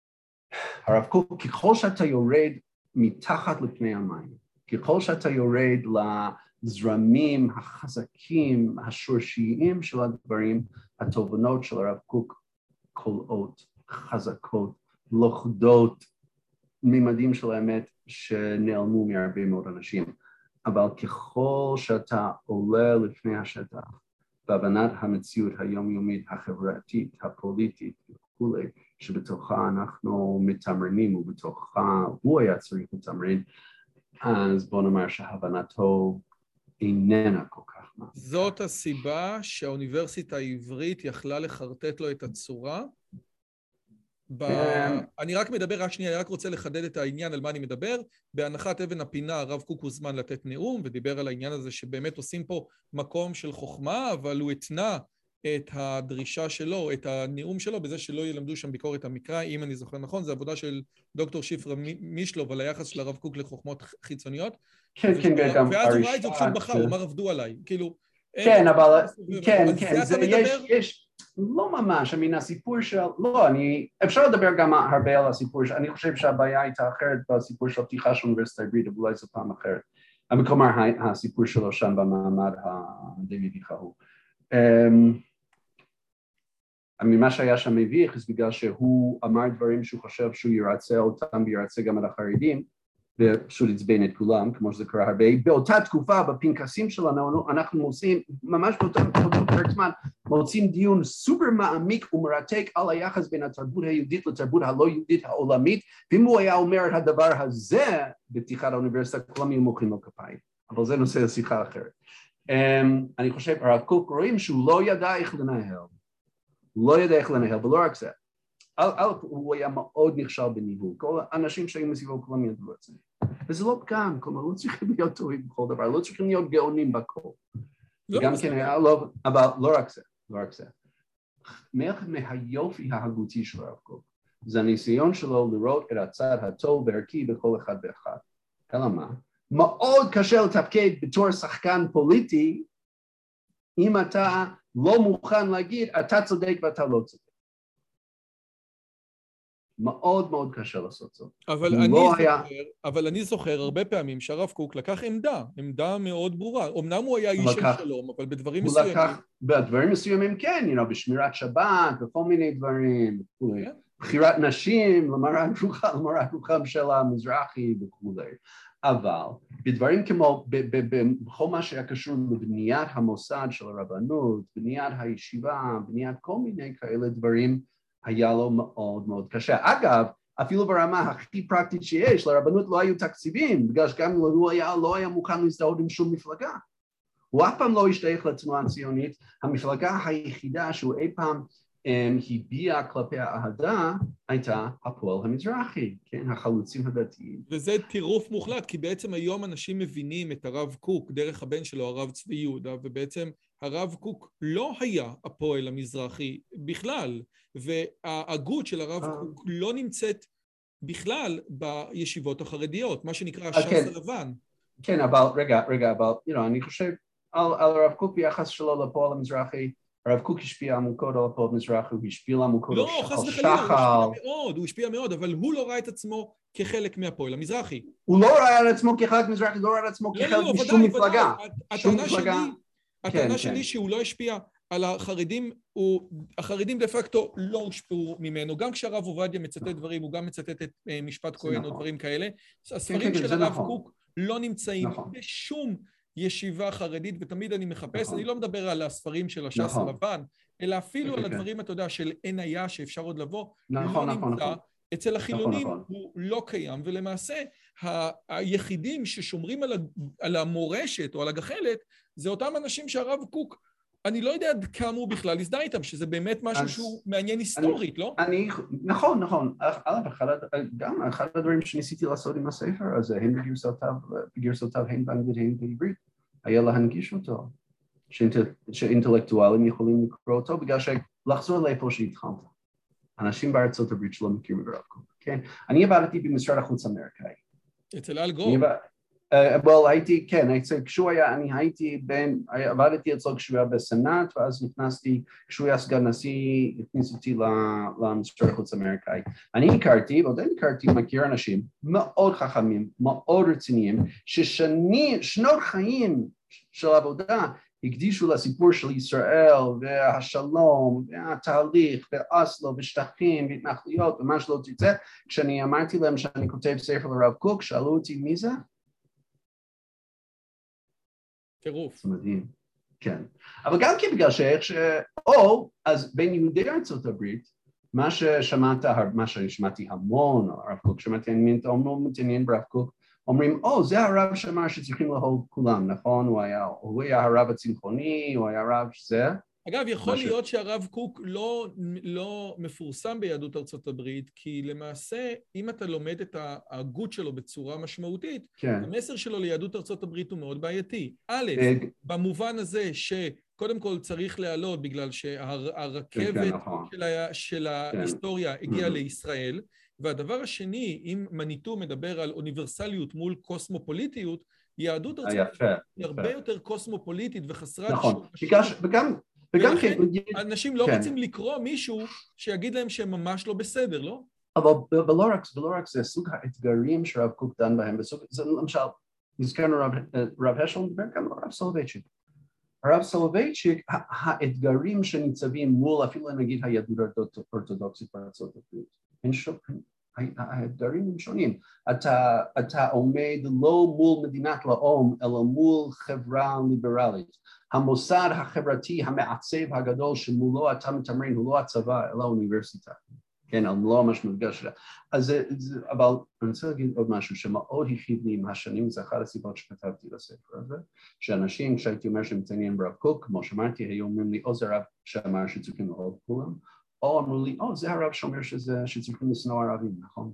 הרב קוק, ככל שאתה יורד מתחת לפני המים, ככל שאתה יורד לזרמים החזקים, השורשיים של הדברים, התובנות של הרב קוק קולעות, חזקות, לוכדות, ממדים של האמת שנעלמו מהרבה מאוד אנשים. אבל ככל שאתה עולה לפני השטח, בהבנת המציאות היומיומית, החברתית, הפוליטית וכולי, שבתוכה אנחנו מתמרנים ובתוכה הוא היה צריך לתמרן, אז בוא נאמר שהבנתו איננה כל כך מה. זאת הסיבה שהאוניברסיטה העברית יכלה לחרטט לו את הצורה? ב... אני רק מדבר, רק שנייה, אני רק רוצה לחדד את העניין על מה אני מדבר. בהנחת אבן הפינה, הרב קוק הוזמן לתת נאום, ודיבר על העניין הזה שבאמת עושים פה מקום של חוכמה, אבל הוא התנה את הדרישה שלו, את הנאום שלו, בזה שלא ילמדו שם ביקורת המקרא, אם אני זוכר נכון, זו עבודה של דוקטור שפרה מישלוב על היחס של הרב קוק לחוכמות חיצוניות. כן, כן, גם ואז הוא ראה את זה פשוט בחר, הוא אמר עבדו עליי, כאילו... כן, אבל, כן, כן, יש... לא ממש, מן הסיפור של, לא, אני, אפשר לדבר גם הרבה על הסיפור, אני חושב שהבעיה הייתה אחרת בסיפור של פתיחה של אוניברסיטה העברית, אבל אולי זו פעם אחרת. כלומר, הסיפור שלו שם במעמד הדי מביך ההוא. ממה שהיה שם מביך, זה בגלל שהוא אמר דברים שהוא חושב שהוא ירצה אותם וירצה גם על החרדים, ופשוט עצבן את כולם, כמו שזה קרה הרבה. באותה תקופה, בפנקסים שלנו, אנחנו מוצאים, ממש באותו פרק זמן, מוצאים דיון סופר מעמיק ומרתק על היחס בין התרבות היהודית לתרבות הלא יהודית העולמית, ואם הוא היה אומר את הדבר הזה בפתיחת האוניברסיטה, כולם יהיו מוחאים לו כפיים. אבל זה נושא לשיחה אחרת. אני חושב, הרב קוק רואים שהוא לא ידע איך לנהל. הוא לא ידע איך לנהל, ולא רק זה. הוא היה מאוד נכשל בניהול, כל האנשים שהיו מסביבו כולם ידעו את זה. וזה לא פגם, כלומר, לא צריכים להיות טובים בכל דבר, לא צריכים להיות גאונים בכל. וגם כן היה, אבל לא רק זה, לא רק זה. מהיופי ההגותי של הרב קוק, זה הניסיון שלו לראות את הצד הטוב והערכי בכל אחד ואחד. אלא מה? מאוד קשה לתפקד בתור שחקן פוליטי, אם אתה לא מוכן להגיד, אתה צודק ואתה לא צודק. מאוד מאוד קשה לעשות זאת. אבל אני, לא זוכר, היה... אבל אני זוכר הרבה פעמים שהרב קוק לקח עמדה, עמדה מאוד ברורה. אמנם הוא היה איש של שלום, אבל בדברים הוא מסוימים... לקח, בדברים מסוימים כן, you know, בשמירת שבת וכל מיני דברים, כן. בחירת נשים, למרת רוחם, למרת רוחם של המזרחי וכו'. אבל בדברים כמו, בכל מה שהיה קשור לבניית המוסד של הרבנות, בניית הישיבה, בניית כל מיני כאלה דברים, היה לו מאוד מאוד קשה. אגב, אפילו ברמה הכי פרקטית שיש, לרבנות לא היו תקציבים, בגלל שגם הוא היה, לא היה מוכן להזדהות עם שום מפלגה. הוא אף פעם לא השתייך לתנועה הציונית, המפלגה היחידה שהוא אי פעם um, הביע כלפי האהדה, הייתה הפועל המזרחי, כן, החלוצים הדתיים. וזה טירוף מוחלט, כי בעצם היום אנשים מבינים את הרב קוק דרך הבן שלו, הרב צבי יהודה, ובעצם הרב קוק לא היה הפועל המזרחי בכלל, וההגות של הרב קוק לא נמצאת בכלל בישיבות החרדיות, מה שנקרא הש"ס הלבן. כן, אבל רגע, רגע, אבל, you know, אני חושב על הרב קוק ביחס שלו לפועל המזרחי, הרב קוק השפיע עמוקות על הפועל המזרחי, הוא השפיע עמוקות על שחל. לא, חס וחלילה, הוא השפיע מאוד, הוא השפיע מאוד, אבל הוא לא ראה את עצמו כחלק מהפועל המזרחי. הוא לא ראה את עצמו כחלק מזרחי, לא ראה את עצמו כחלק משום מפלגה. הטענה שלי, הטענה שלי שהוא לא השפיע על החרדים, החרדים דה פקטו לא הושפעו ממנו, גם כשהרב עובדיה מצטט דברים, הוא גם מצטט את משפט כהן או דברים כאלה, הספרים של הרב קוק לא נמצאים בשום ישיבה חרדית, ותמיד אני מחפש, אני לא מדבר על הספרים של הש"ס הלבן, אלא אפילו על הדברים, אתה יודע, של אין היה שאפשר עוד לבוא, לא נמצא, אצל החילונים הוא לא קיים, ולמעשה היחידים ששומרים על המורשת או על הגחלת, זה אותם אנשים שהרב קוק, אני לא יודע עד כמה הוא בכלל הזדהה איתם, שזה באמת משהו שהוא מעניין היסטורית, לא? נכון, נכון. גם אחד הדברים שניסיתי לעשות עם הספר הזה, הם בגרסותיו, הם באנגלית, הם בעברית, היה להנגיש אותו, שאינטלקטואלים יכולים לקרוא אותו, בגלל שלחזור לאיפה שהתחלת. אנשים בארצות הברית שלא מכירים את הרב קוק, כן? אני עבדתי במשרד החוץ האמריקאי. אצל אל גור. well, הייתי, כן, כשהוא היה, אני הייתי בין, עבדתי אצלו כשהוא היה בסנאט, ואז נכנסתי, כשהוא היה סגן נשיא, הכניס אותי למשרד החוץ האמריקאי. אני הכרתי, ועוד אין הכרתי, מכיר אנשים מאוד חכמים, מאוד רציניים, ששנים, שנות חיים של עבודה, הקדישו לסיפור של ישראל והשלום והתהליך ואוסלו ושטחים והתנחלויות ומה שלא תרצה. כשאני אמרתי להם שאני כותב ספר לרב קוק, שאלו אותי מי זה? טירוף. זה מדהים, כן. אבל גם כן בגלל שאיך ש... או, אז בין יהודי ארצות הברית, מה ששמעת, מה ששמעתי המון על הרב קוק, שמעתי אני מתעניין ברב קוק, אומרים, או, זה הרב שאמר שצריכים לאהוב כולם, נכון? הוא היה, הוא היה הרב הצמחוני, הוא היה הרב שזה. אגב, יכול להיות שהרב קוק לא, לא מפורסם ביהדות ארצות הברית, כי למעשה, אם אתה לומד את ההגות שלו בצורה משמעותית, כן. המסר שלו ליהדות ארצות הברית הוא מאוד בעייתי. א', במובן הזה שקודם כל צריך להעלות, בגלל שהרכבת כן, כן, נכון. של, ה, של כן. ההיסטוריה הגיעה mm-hmm. לישראל, והדבר השני, אם מניטו מדבר על אוניברסליות מול קוסמופוליטיות, יהדות ארצות הברית היא הרבה יותר קוסמופוליטית וחסרת... נכון, וגם... ולכן אנשים לא רוצים לקרוא מישהו שיגיד להם שהם ממש לא בסדר, לא? אבל לא רק זה, סוג האתגרים שרב קוק דן בהם, זה למשל, נזכרנו רב השל, נדבר גם על רב סולובייצ'יק. הרב סולובייצ'יק, האתגרים שניצבים מול אפילו נגיד היהדות האורתודוקסית בארצות הברית, האתגרים הם שונים. אתה עומד לא מול מדינת לאום, אלא מול חברה ליברלית. המוסד החברתי המעצב הגדול שמולו אתה מתמרן הוא לא הצבא, אלא האוניברסיטה. כן, לא ממש מודגש שלה. אז זה, אבל אני רוצה להגיד עוד משהו שמאוד הכאיב לי עם השנים, זה אחת הסיבות שכתבתי לספר הזה, שאנשים, כשהייתי אומר שמתעניין ברב קוק, כמו שאמרתי, היו אומרים לי, או זה הרב שאמר שצריכים לאהוב כולם, או אמרו לי, או זה הרב שאומר שזה, שצריכים לשנוא ערבים, נכון?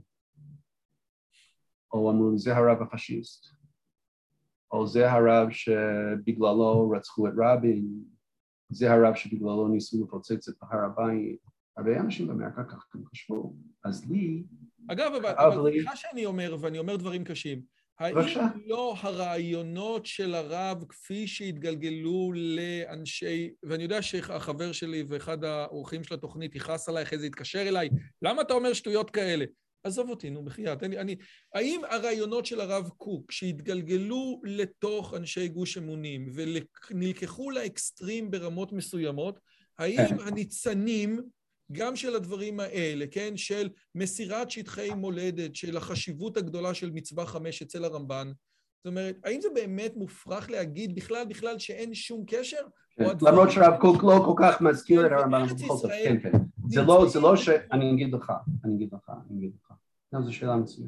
או אמרו לי, זה הרב הפשיסט. או זה הרב שבגללו רצחו את רבין, זה הרב שבגללו ניסו לפוצץ את הר הבית. הרבה אנשים באמריקה ככה הם חשבו. אז לי... אגב, אבל סליחה שאני אומר, ואני אומר דברים קשים, האם לא הרעיונות של הרב כפי שהתגלגלו לאנשי, ואני יודע שהחבר שלי ואחד האורחים של התוכנית יכעס עליי, אחרי זה יתקשר אליי, למה אתה אומר שטויות כאלה? עזוב אותי, נו, בחייאת. אני, אני, האם הרעיונות של הרב קוק, שהתגלגלו לתוך אנשי גוש אמונים, ונלקחו לאקסטרים ברמות מסוימות, האם הניצנים, גם של הדברים האלה, כן, של מסירת שטחי מולדת, של החשיבות הגדולה של מצווה חמש אצל הרמב"ן, זאת אומרת, האם זה באמת מופרך להגיד בכלל, בכלל שאין שום קשר? למרות שרב קוק לא כל כך מזכיר את הרמב"ן, כן, כן. זה לא, זה לא ש... אני אגיד לך, אני אגיד לך, אני אגיד לך. זו שאלה מצוינת.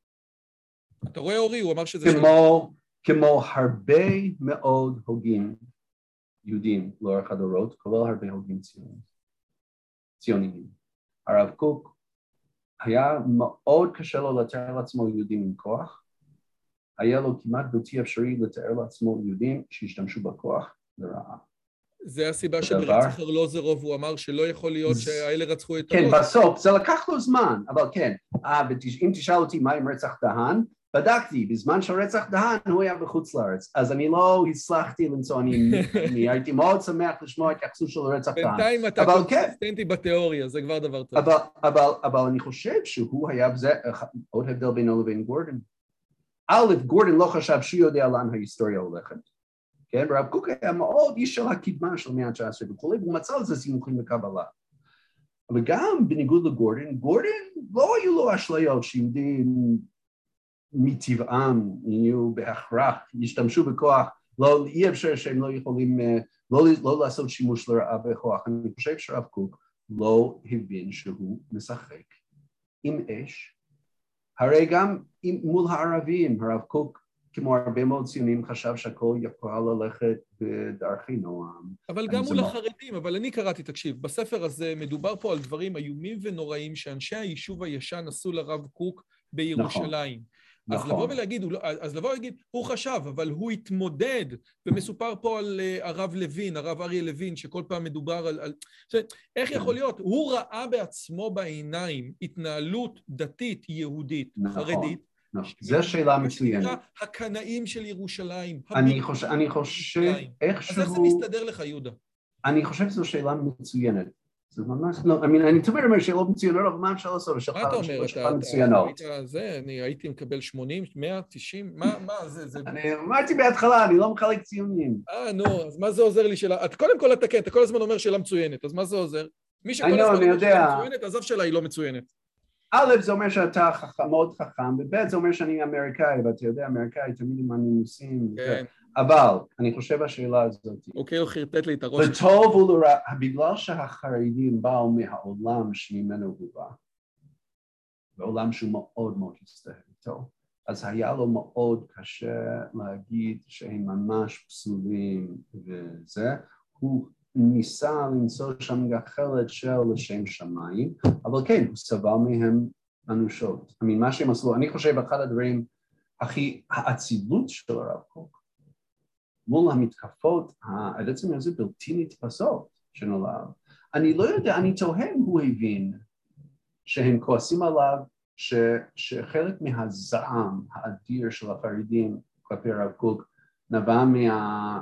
אתה רואה אורי, הוא אמר שזה... כמו, כמו הרבה מאוד הוגים יהודים לאורך הדורות, כולל הרבה הוגים ציונים. ציוניים. הרב קוק היה מאוד קשה לו לתאר לעצמו יהודים עם כוח, היה לו כמעט בלתי אפשרי לתאר לעצמו יהודים שהשתמשו בכוח לרעה. זה הסיבה שברצח ארלוזורוב הוא אמר שלא יכול להיות שהאלה רצחו את הרוב. כן, בסוף, זה לקח לו זמן, אבל כן, אם תשאל אותי מה עם רצח דהן, בדקתי, בזמן של רצח דהן הוא היה בחוץ לארץ, אז אני לא הצלחתי למצוא, אני הייתי מאוד שמח לשמוע התייחסות של רצח דהן. בינתיים אתה קונסיסטנטי בתיאוריה, זה כבר דבר טוב. אבל אני חושב שהוא היה, עוד הבדל בינו לבין גורדון. א', גורדון לא חשב שהוא יודע לאן ההיסטוריה הולכת, כן, ורב קוק היה מאוד איש של הקדמה של המאה ה-תשע עשרה וכולי, והוא מצא לזה סימוכים לקבלה. אבל גם בניגוד לגורדון, גורדון לא היו לו אשליות שיהודים מטבעם יהיו בהכרח, ישתמשו בכוח, לא, אי אפשר שהם לא יכולים, לא, לא לעשות שימוש לרעה בכוח. אני חושב שרב קוק לא הבין שהוא משחק עם אש. הרי גם עם, מול הערבים, הרב קוק, כמו הרבה מאוד ציונים, חשב שהכל יכול ללכת בדרכי נועם. אבל גם מול החרדים, אבל אני קראתי, תקשיב, בספר הזה מדובר פה על דברים איומים ונוראים שאנשי היישוב הישן עשו לרב קוק בירושלים. נכון. אז לבוא ולהגיד, אז לבוא ולהגיד, הוא חשב, אבל הוא התמודד, ומסופר פה על הרב לוין, הרב אריה לוין, שכל פעם מדובר על... על... איך יכול להיות? הוא ראה בעצמו בעיניים התנהלות דתית יהודית, חרדית, זו שאלה מצוינת. הקנאים של ירושלים. אני חושב, אני חושב, איכשהו... אז איך זה מסתדר לך, יהודה? אני חושב שזו שאלה מצוינת. זה ממש לא, אני תמיד אומר שאלות מצוינות, אבל מה אפשר לעשות? מה אתה אומר? אתה מצוינות. אני הייתי מקבל שמונים, מאה, תשעים, מה זה? אני אמרתי בהתחלה, אני לא מחלק ציונים. אה, נו, אז מה זה עוזר לי שאלה? קודם כל אתה כן, אתה כל הזמן אומר שאלה מצוינת, אז מה זה עוזר? מי שכל הזמן אומר שאלה מצוינת, עזוב שאלה היא לא מצוינת. א', זה אומר שאתה מאוד חכם, וב', זה אומר שאני אמריקאי, ואתה יודע, אמריקאי תמיד עם הנימוסים. כן. אבל אני חושב השאלה הזאת. אוקיי, הוא חרטט לי את הראש. לטוב ולרע, בגלל שהחרדים באו מהעולם שממנו הוא בא, בעולם שהוא מאוד מאוד הסתהר איתו, אז היה לו מאוד קשה להגיד שהם ממש פסולים וזה, הוא ניסה למצוא שם גחלת של לשם שמיים, אבל כן, הוא סבל מהם אנושות. I mean, מה שהם עשו, אני חושב אחד הדברים הכי, האצילות של הרב קוק, מול המתקפות, בעצם הזה בלתי נתפסות שנולד. אני לא יודע, אני תוהה אם הוא הבין שהם כועסים עליו, ש, שחלק מהזעם האדיר של החרדים כלפי הרב קוק נבע מה,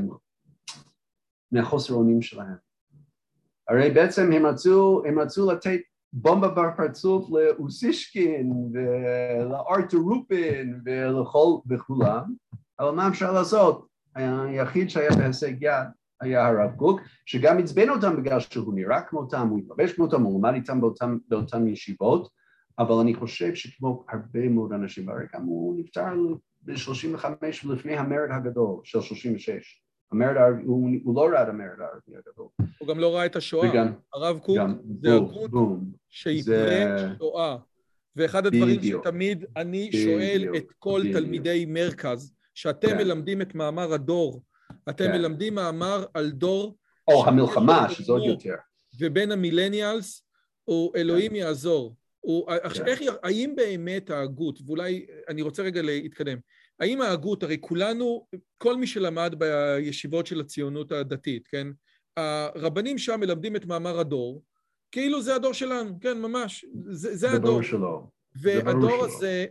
מהחוסר אונים שלהם. הרי בעצם הם רצו, הם רצו לתת בומבה בפרצוף לאוסישקין ולארתור רופין ולכל וכולם, אבל מה אפשר לעשות? היחיד שהיה בהישג יד היה הרב קוק, שגם עצבן אותם בגלל שהוא נראה כמותם, הוא התלבש כמותם, הוא למד איתם באותם, באותם ישיבות, אבל אני חושב שכמו הרבה מאוד אנשים ברקע, הוא נפטר ב-שלושים וחמש לפני המרד הגדול של שלושים ושש. המרד הערבי, הוא, הוא לא ראה את המרד הערבי הגדול. הוא גם לא ראה את השואה. וגם, הרב קוק זה הגות שיפרק שואה. ואחד הדברים בדיוק, שתמיד אני בדיוק, שואל את כל בדיוק. תלמידי מרכז, שאתם כן. מלמדים את מאמר הדור, אתם כן. מלמדים מאמר על דור... או המלחמה, שזה עוד יותר. ובין המילניאלס, הוא אלוהים כן. יעזור. הוא, כן. איך, האם באמת ההגות, ואולי אני רוצה רגע להתקדם, האם ההגות, הרי כולנו, כל מי שלמד בישיבות של הציונות הדתית, כן? הרבנים שם מלמדים את מאמר הדור, כאילו זה הדור שלנו, כן, ממש, זה, זה הדור. שלו. והדור הזה,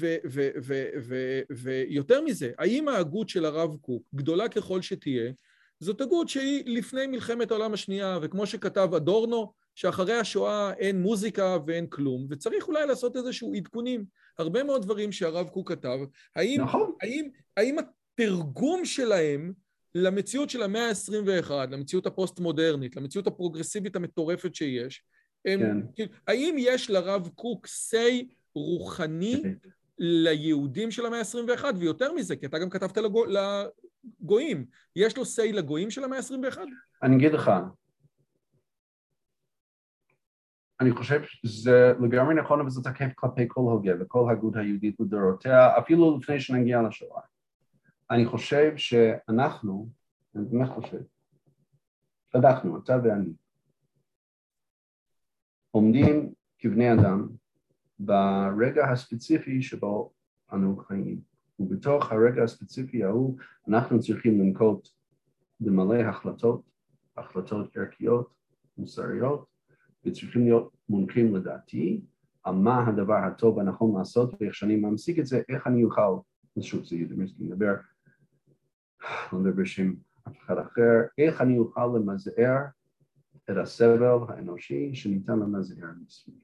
ויותר מזה, האם ההגות של הרב קוק, גדולה ככל שתהיה, זאת הגות שהיא לפני מלחמת העולם השנייה, וכמו שכתב אדורנו, שאחרי השואה אין מוזיקה ואין כלום, וצריך אולי לעשות איזשהו עדכונים. הרבה מאוד דברים שהרב קוק כתב, האם, נכון. האם, האם התרגום שלהם למציאות של המאה ה-עשרים ואחת, למציאות הפוסט-מודרנית, למציאות הפרוגרסיבית המטורפת שיש, הם, כן. האם יש לרב קוק סי רוחני ליהודים של המאה ה-עשרים ואחת, ויותר מזה, כי אתה גם כתבת לגו, לגויים, יש לו סי לגויים של המאה ה-עשרים ואחת? אני אגיד לך, אני חושב שזה לגמרי נכון, אבל זה תקף כלפי כל הוגה וכל הגות היהודית לדורותיה, אפילו לפני שנגיע לשואה. אני חושב שאנחנו, אני באמת חושב, אנחנו, אתה ואני, עומדים כבני אדם ברגע הספציפי שבו אנו חיים. ובתוך הרגע הספציפי ההוא אנחנו צריכים לנקוט במלא החלטות, החלטות ערכיות, מוסריות, וצריכים להיות מונחים לדעתי על מה הדבר הטוב והנכון לעשות, ואיך שאני ממשיג את זה, איך אני אוכל, שוב זה ידמיסקי לדבר, לא מדבר בשם אף אחד אחר, איך אני אוכל למזער את הסבל האנושי שניתן למזער מסביב.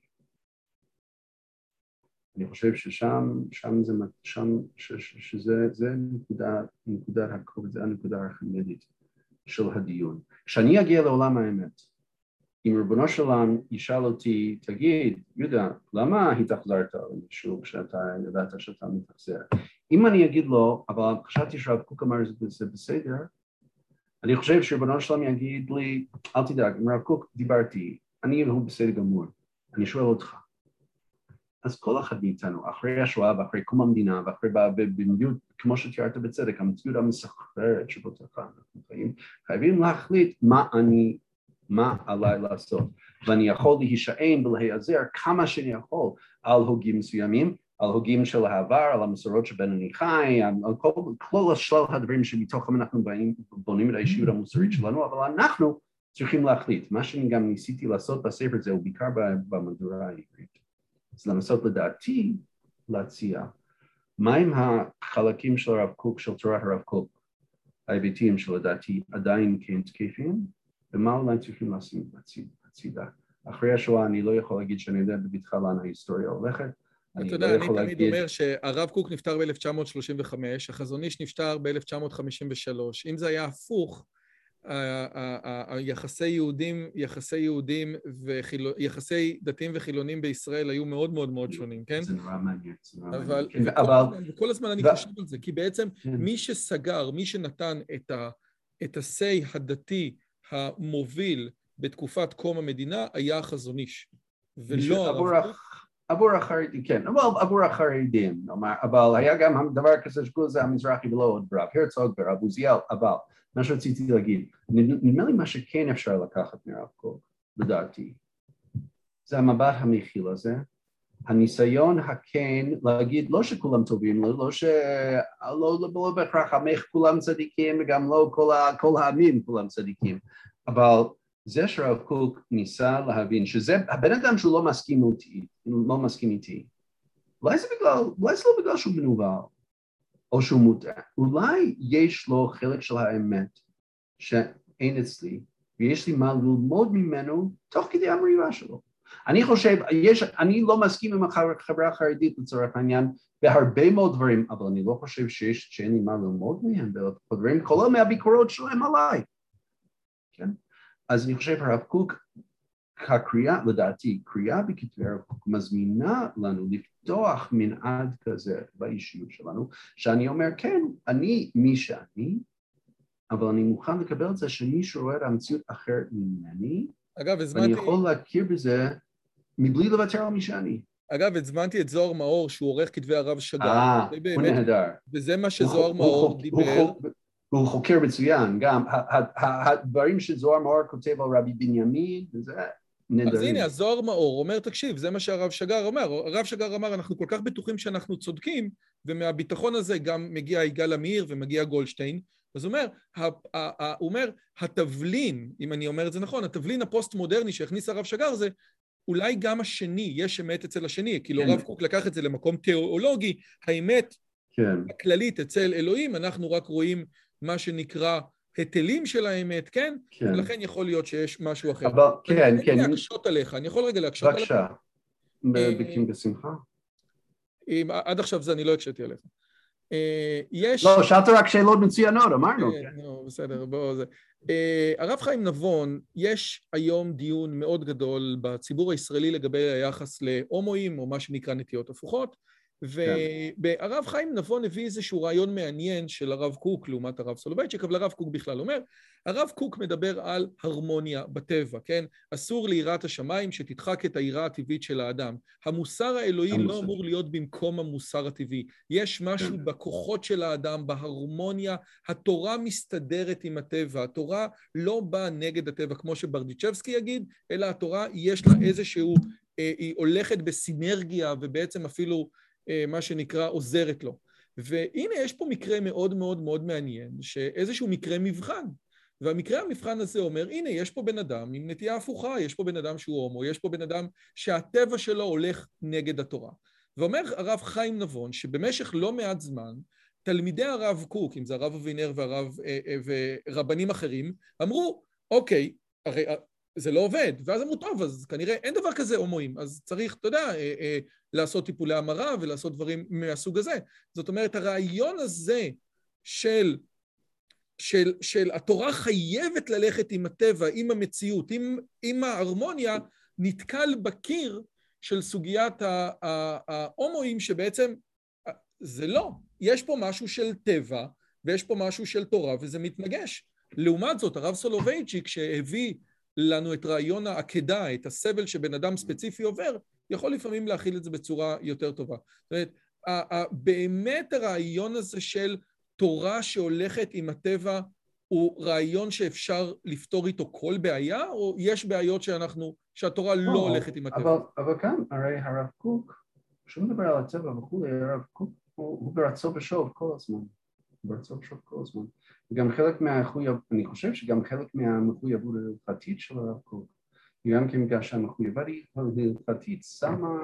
אני חושב ששם, שם זה, שם, ש, ש, שזה, זה נקודה, נקודת הכובד, זה הנקודה החמדית של הדיון. כשאני אגיע לעולם האמת, אם ריבונו של עולם ישאל אותי, תגיד, יהודה, למה התאכזרת למישהו כשאתה ידעת שאתה מתאכזר? אם אני אגיד לו, אבל חשבתי שהרב קוק אמר זה בסדר, אני חושב שריבונו של עולם יגיד לי, אל תדאג, עם הרב קוק דיברתי, אני והוא בסדר גמור, אני שואל אותך. אז כל אחד מאיתנו, אחרי השואה ואחרי קום המדינה, ואחרי במדינות, כמו שתיארת בצדק, המציאות המסחררת שבתוכה אנחנו חיים, חייבים להחליט מה אני, מה עליי לעשות. ואני יכול להישען ולהיעזר כמה שאני יכול על הוגים מסוימים, על הוגים של העבר, על המסורות שבין אני חי, על כל, כל השלל הדברים שמתוכם אנחנו באים, בונים את האישיות המוסרית שלנו, אבל אנחנו צריכים להחליט. מה שאני גם ניסיתי לעשות בספר הזה, הוא בעיקר במהדורה העברית. אז לנסות לדעתי להציע מה עם החלקים של הרב קוק, של תורת הרב קוק, ההיבטים שלדעתי עדיין כן תקפים, ומה אולי צריכים לשים הצידה? אחרי השואה אני לא יכול להגיד שאני יודע בבטחה לאן ההיסטוריה הולכת. אתה יודע, אני תמיד אומר שהרב קוק נפטר ב-אלף תשע מאות שלושים וחמש, החזון איש נפטר ב-אלף תשע מאות חמישים ושלוש. אם זה היה הפוך, היחסי יהודים, יחסי יהודים ויחסי דתיים וחילונים בישראל היו מאוד מאוד מאוד שונים, כן? זה נורא מעניין. אבל כל הזמן אני חושב על זה, כי בעצם מי שסגר, מי שנתן את ה-say הדתי המוביל בתקופת קום המדינה היה החזון איש, ולא הרב קוק. עבור החרדים, כן, אבל עבור החרדים, אבל היה גם דבר כזה שקוראים לזה המזרחי ולא עוד ברב, הרצוג ורב עוזיאל, אבל מה שרציתי להגיד, נדמה לי מה שכן אפשר לקחת מהרב קוק, לדעתי, זה המבט המכיל הזה, הניסיון הכן להגיד לא שכולם טובים, לא ש... לא, לא בהכרח עמך כולם צדיקים וגם לא כל, ה... כל העמים כולם צדיקים, אבל זה שרב קוק ניסה להבין שזה הבן אדם שהוא לא מסכים איתי, לא מסכים איתי, אולי זה בגלל, אולי זה לא בגלל שהוא מנוול, או שהוא מוטעה, אולי יש לו חלק של האמת שאין אצלי, ויש לי מה ללמוד ממנו תוך כדי המריבה שלו. אני חושב, יש, אני לא מסכים עם החברה החרדית לצורך העניין בהרבה מאוד דברים, אבל אני לא חושב שיש, שאין לי מה ללמוד מהם, דברים כולל מהביקורות שלהם עליי. כן? אז אני חושב הרב קוק, הקריאה, לדעתי, קריאה בכתבי הרב קוק מזמינה לנו לפתוח מנעד כזה באישיות שלנו, שאני אומר, כן, אני מי שאני, אבל אני מוכן לקבל את זה שמישהו רואה את המציאות אחרת ממני, אגב, הזמנתי... ואני יכול להכיר בזה מבלי לוותר על מי שאני. אגב, הזמנתי את זוהר מאור, שהוא עורך כתבי הרב שגר. אה, הוא נהדר. וזה מה שזוהר מאור דיבר. הוא חוקר מצוין, גם הדברים שזוהר מאור כותב על רבי בנימין, וזה נהדרים. אז הנה, הזוהר מאור אומר, תקשיב, זה מה שהרב שגר אומר. הרב שגר אמר, אנחנו כל כך בטוחים שאנחנו צודקים, ומהביטחון הזה גם מגיע יגאל עמיר ומגיע גולדשטיין, אז הוא אומר, הוא אומר, התבלין, אם אני אומר את זה נכון, התבלין הפוסט-מודרני שהכניס הרב שגר זה, אולי גם השני, יש אמת אצל השני, כאילו הרב קוק לקח את זה למקום תיאולוגי, האמת הכללית אצל אלוהים, אנחנו רק רואים מה שנקרא היטלים של האמת, כן? ולכן יכול להיות שיש משהו אחר. אבל כן, כן. אני להקשות עליך, אני יכול רגע להקשות עליך. בבקשה, בשמחה. עד עכשיו זה אני לא הקשתי עליך. יש... לא, שאלת רק שאלות מצוינות, אמרנו. בסדר, בואו זה. הרב חיים נבון, יש היום דיון מאוד גדול בציבור הישראלי לגבי היחס להומואים, או מה שנקרא נטיות הפוכות, והרב חיים נבון הביא איזשהו רעיון מעניין של הרב קוק לעומת הרב סולובייצ'יק, אבל הרב קוק בכלל אומר, הרב קוק מדבר על הרמוניה בטבע, כן? אסור ליראת השמיים שתדחק את היראה הטבעית של האדם. המוסר האלוהי לא אמור להיות במקום המוסר הטבעי. יש משהו בכוחות של האדם, בהרמוניה, התורה מסתדרת עם הטבע, התורה לא באה נגד הטבע, כמו שברדיצ'בסקי יגיד, אלא התורה יש לה איזשהו, היא הולכת בסינרגיה ובעצם אפילו מה שנקרא עוזרת לו. והנה יש פה מקרה מאוד מאוד מאוד מעניין, שאיזשהו מקרה מבחן. והמקרה המבחן הזה אומר, הנה יש פה בן אדם עם נטייה הפוכה, יש פה בן אדם שהוא הומו, יש פה בן אדם שהטבע שלו הולך נגד התורה. ואומר הרב חיים נבון, שבמשך לא מעט זמן, תלמידי הרב קוק, אם זה הרב אבינר והרב, ורבנים אחרים, אמרו, אוקיי, הרי זה לא עובד, ואז אמרו, טוב, אז כנראה אין דבר כזה הומואים, אז צריך, אתה יודע, לעשות טיפולי המרה ולעשות דברים מהסוג הזה. זאת אומרת, הרעיון הזה של, של, של התורה חייבת ללכת עם הטבע, עם המציאות, עם, עם ההרמוניה, נתקל בקיר של סוגיית ההומואים, שבעצם זה לא. יש פה משהו של טבע, ויש פה משהו של תורה, וזה מתנגש. לעומת זאת, הרב סולובייצ'יק, שהביא לנו את רעיון העקדה, את הסבל שבן אדם ספציפי עובר, יכול לפעמים להכיל את זה בצורה יותר טובה. זאת אומרת, באמת הרעיון הזה של תורה שהולכת עם הטבע, הוא רעיון שאפשר לפתור איתו כל בעיה, או יש בעיות שאנחנו, שהתורה לא הולכת עם הטבע? אבל כאן, הרי הרב קוק, כשהוא מדבר על הטבע וכולי, הרב קוק הוא ברצו ושוב כל הזמן. ברצו ושוב כל הזמן. וגם חלק מהמחויבות, אני חושב שגם חלק מהמחויבות ההלכתית של הרב קוק, גם כן בגלל שהמחויבות ההלכתית שמה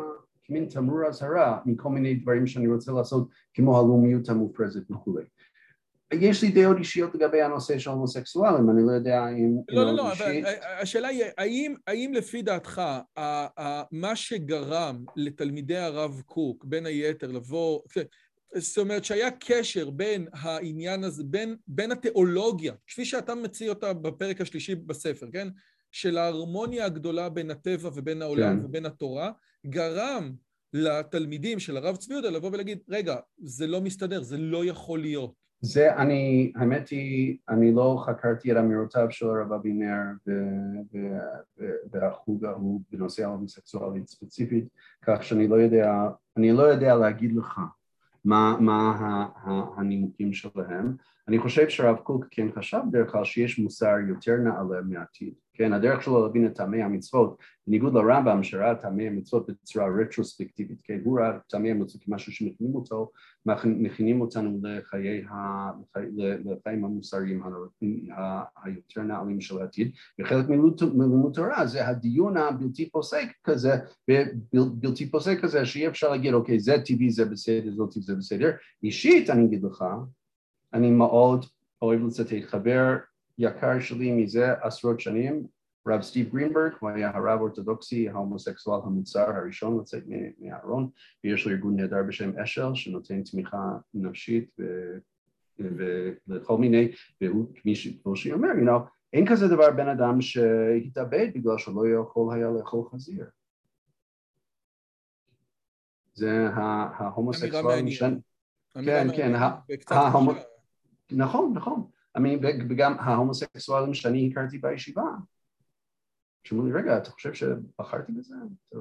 כמין תמרור אזהרה מכל מיני דברים שאני רוצה לעשות, כמו הלאומיות המופרזת וכו'. יש לי דעות אישיות לגבי הנושא של הומוסקסואלים, אני לא יודע אם... לא, לא, לא, אבל השאלה היא, האם, האם לפי דעתך, מה שגרם לתלמידי הרב קוק, בין היתר, לבוא, זאת אומרת שהיה קשר בין העניין הזה, בין, בין התיאולוגיה, כפי שאתה מציע אותה בפרק השלישי בספר, כן? של ההרמוניה הגדולה בין הטבע ובין העולם כן. ובין התורה, גרם לתלמידים של הרב צבי יהודה לבוא ולהגיד, רגע, זה לא מסתדר, זה לא יכול להיות. זה אני, האמת היא, אני לא חקרתי את אמירותיו של הרב אבינר והחוג ההוא בנושא ההומוסקסואלית ספציפית, כך שאני לא יודע, אני לא יודע להגיד לך מה, מה הנימוקים שלהם. אני חושב שהרב קוק כן חשב דרך כלל שיש מוסר יותר נעלה מהעתיד. כן, הדרך שלו להבין את טעמי המצוות, בניגוד לרמב"ם שראה טעמי המצוות בצורה רטרוספקטיבית, כן, הוא ראה טעמי המצוות כמשהו שמכינים אותו, מכינים אותנו לחיי ה, לחיים המוסריים היותר נעלים של העתיד, וחלק מלימוד תורה זה הדיון הבלתי פוסק כזה, בלתי פוסק כזה שאי אפשר להגיד, אוקיי, זה טבעי, זה בסדר, זה לא טבעי, זה בסדר. אישית אני אגיד לך, אני מאוד אוהב לצטט חבר יקר שלי מזה עשרות שנים, רב סטיב גרינברג, הוא היה הרב אורתודוקסי ההומוסקסואל המוצר הראשון לצאת מהארון, ויש לו ארגון נהדר בשם אשל שנותן תמיכה נפשית ולכל מיני, והוא כמו שהיא אומר, you know, אין כזה דבר בן אדם שהתאבד בגלל שלא יכול היה לאכול חזיר. זה ההומוסקסואלים שן... כן, כן, נכון, נכון. וגם ההומוסקסואלים שאני הכרתי בישיבה, שאומרים לי, רגע, אתה חושב שבחרתי בזה?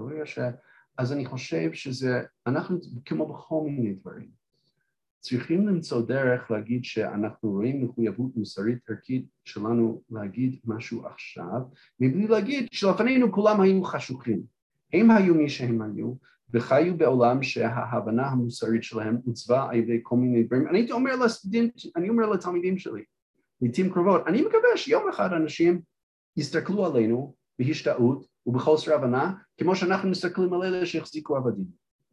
אז אני חושב שזה, אנחנו כמו בכל מיני דברים, צריכים למצוא דרך להגיד שאנחנו רואים מחויבות מוסרית ערכית שלנו להגיד משהו עכשיו, מבלי להגיד שלפנינו כולם היו חשוכים. הם היו מי שהם היו, וחיו בעולם שההבנה המוסרית שלהם עוצבה על ידי כל מיני דברים. אני אומר לסטודנט, אני אומר לתלמידים שלי, לעתים קרובות, אני מקווה שיום אחד אנשים יסתכלו עלינו בהשתאות ובחוסר הבנה, כמו שאנחנו מסתכלים על אלה שהחזיקו עבדים.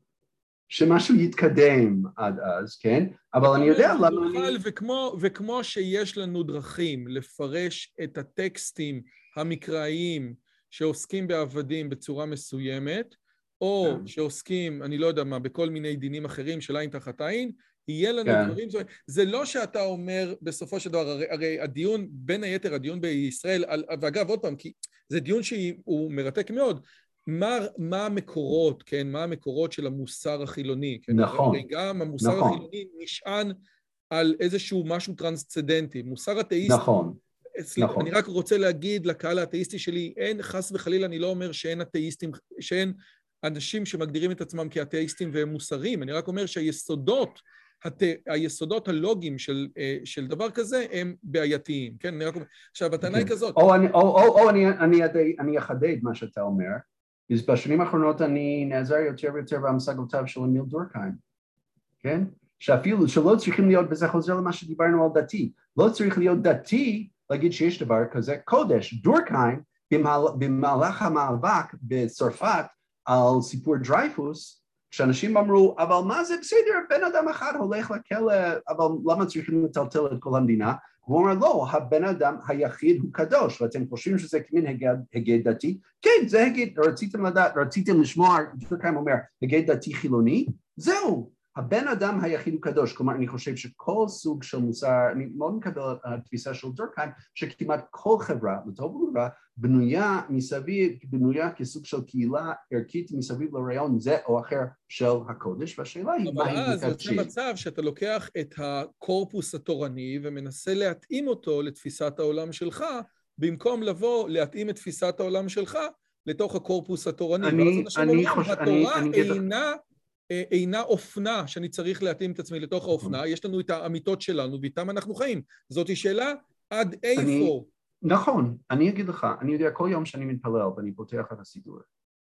שמשהו יתקדם עד אז, כן? אבל אני יודע למה אני... וכמו, וכמו שיש לנו דרכים לפרש את הטקסטים המקראיים שעוסקים בעבדים בצורה מסוימת, או שעוסקים, אני לא יודע מה, בכל מיני דינים אחרים של עין תחת עין, יהיה לנו כן. דברים, זה לא שאתה אומר בסופו של דבר, הרי, הרי הדיון, בין היתר הדיון בישראל, ואגב עוד פעם, כי זה דיון שהוא מרתק מאוד, מה, מה המקורות, כן, מה המקורות של המוסר החילוני, כן? נכון. הרי גם המוסר נכון. החילוני נשען על איזשהו משהו טרנסצדנטי, מוסר אתאיסטי. נכון. סליחה, נכון. אני רק רוצה להגיד לקהל האתאיסטי שלי, אין חס וחלילה, אני לא אומר שאין אתאיסטים, שאין אנשים שמגדירים את עצמם כאתאיסטים והם מוסריים, אני רק אומר שהיסודות, הת... היסודות הלוגיים של, של דבר כזה הם בעייתיים, כן? אני רק אומר, עכשיו, הטענה היא כזאת. או, אני, או, או, או אני, אני, אני אחדד מה שאתה אומר, אז בשנים האחרונות אני נעזר יותר ויותר בהמשגותיו של אמיל דורקהיים, כן? שאפילו שלא צריכים להיות, וזה חוזר למה שדיברנו על דתי, לא צריך להיות דתי להגיד שיש דבר כזה קודש. דורקהיים, במהלך המאבק בצרפת על סיפור דרייפוס, כשאנשים אמרו, אבל מה זה בסדר, בן אדם אחד הולך לכלא, אבל למה צריכים לטלטל את כל המדינה? הוא אומר, לא, הבן אדם היחיד הוא קדוש, ואתם חושבים שזה כמין הגד דתי? כן, זה הגד, רציתם לדעת, רציתם לשמוע, דורקהיים אומר, הגד דתי חילוני? זהו. הבן אדם היחיד הוא קדוש, כלומר אני חושב שכל סוג של מוסר, אני מאוד מקבל את התפיסה של דורקהיים, שכמעט כל חברה, לטוב ולרע, בנויה מסביב, בנויה כסוג של קהילה ערכית מסביב לרעיון זה או אחר של הקודש, והשאלה היא מה היא מקדשים. אבל אז יוצא מצב שאתה לוקח את הקורפוס התורני ומנסה להתאים אותו לתפיסת העולם שלך, במקום לבוא להתאים את תפיסת העולם שלך לתוך הקורפוס התורני. אני, אני חושב, התורה אני, אינה... אינה אופנה שאני צריך להתאים את עצמי לתוך האופנה, יש לנו את האמיתות שלנו ואיתם אנחנו חיים. זאת היא שאלה עד איפה. נכון, אני אגיד לך, אני יודע כל יום שאני מתפלל ואני פותח את הסידור.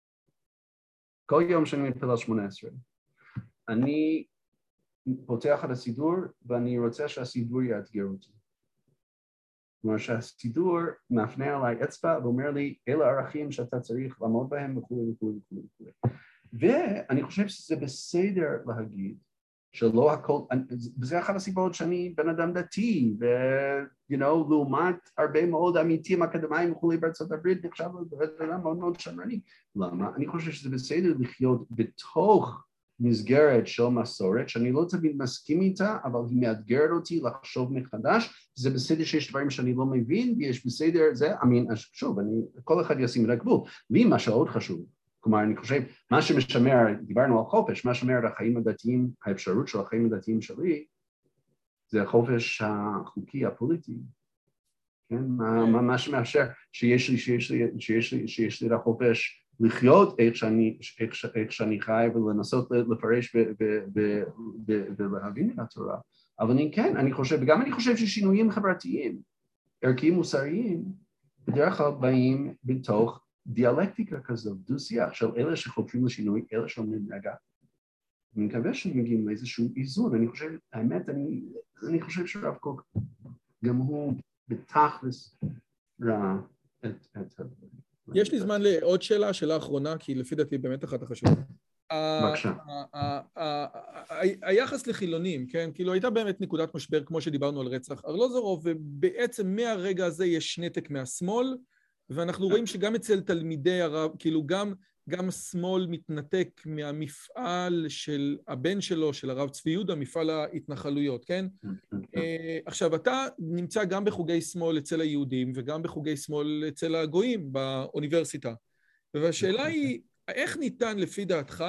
כל יום שאני מתפלל שמונה עשרה. אני פותח את הסידור ואני רוצה שהסידור יאתגר אותי. כלומר שהסידור מפנה עליי אצבע ואומר לי, אלה הערכים שאתה צריך לעמוד בהם וכו' וכו' וכו' וכו'. ואני חושב שזה בסדר להגיד שלא הכל, וזה אחת הסיבות שאני בן אדם דתי, ו, you know, לעומת הרבה מאוד עמיתים אקדמיים וכולי בארצות הברית, נחשב לבן אדם מאוד מאוד שמרני. למה? אני חושב שזה בסדר לחיות בתוך מסגרת של מסורת, שאני לא תמיד מסכים איתה, אבל היא מאתגרת אותי לחשוב מחדש, זה בסדר שיש דברים שאני לא מבין, ויש בסדר זה, I mean, שוב, אני, כל אחד ישים את הגבול, לי מה שעוד חשוב, כלומר, אני חושב, מה שמשמר, דיברנו על חופש, מה שמשמר את החיים הדתיים, האפשרות של החיים הדתיים שלי, זה החופש החוקי, הפוליטי, כן? מה, מה, מה שמאפשר שיש לי, שיש לי, שיש לי, שיש לי את החופש לחיות איך שאני, איך, איך שאני חי ולנסות לפרש ולהבין את התורה. אבל אני כן, אני חושב, וגם אני חושב ששינויים חברתיים, ערכיים מוסריים, בדרך כלל באים בתוך דיאלקטיקה כזאת, דו-שיח של אלה שחופשים לשינוי, אלה שאומרים רגע. אני מקווה שמגיעים לאיזשהו איזון, אני חושב, האמת, אני, אני חושב שרב קוק, גם הוא בתכלס ראה את, את הדברים. יש לי זמן לעוד שאלה, שאלה אחרונה, כי לפי דעתי באמת אחת החשובות. בבקשה. היחס לחילונים, כן? כאילו הייתה באמת נקודת משבר, כמו שדיברנו על רצח ארלוזורוב, ובעצם מהרגע הזה יש נתק מהשמאל, ואנחנו רואים שגם אצל תלמידי הרב, כאילו גם, גם השמאל מתנתק מהמפעל של הבן שלו, של הרב צבי יהודה, מפעל ההתנחלויות, כן? עכשיו, אתה נמצא גם בחוגי שמאל אצל היהודים, וגם בחוגי שמאל אצל הגויים באוניברסיטה. והשאלה היא, איך ניתן לפי דעתך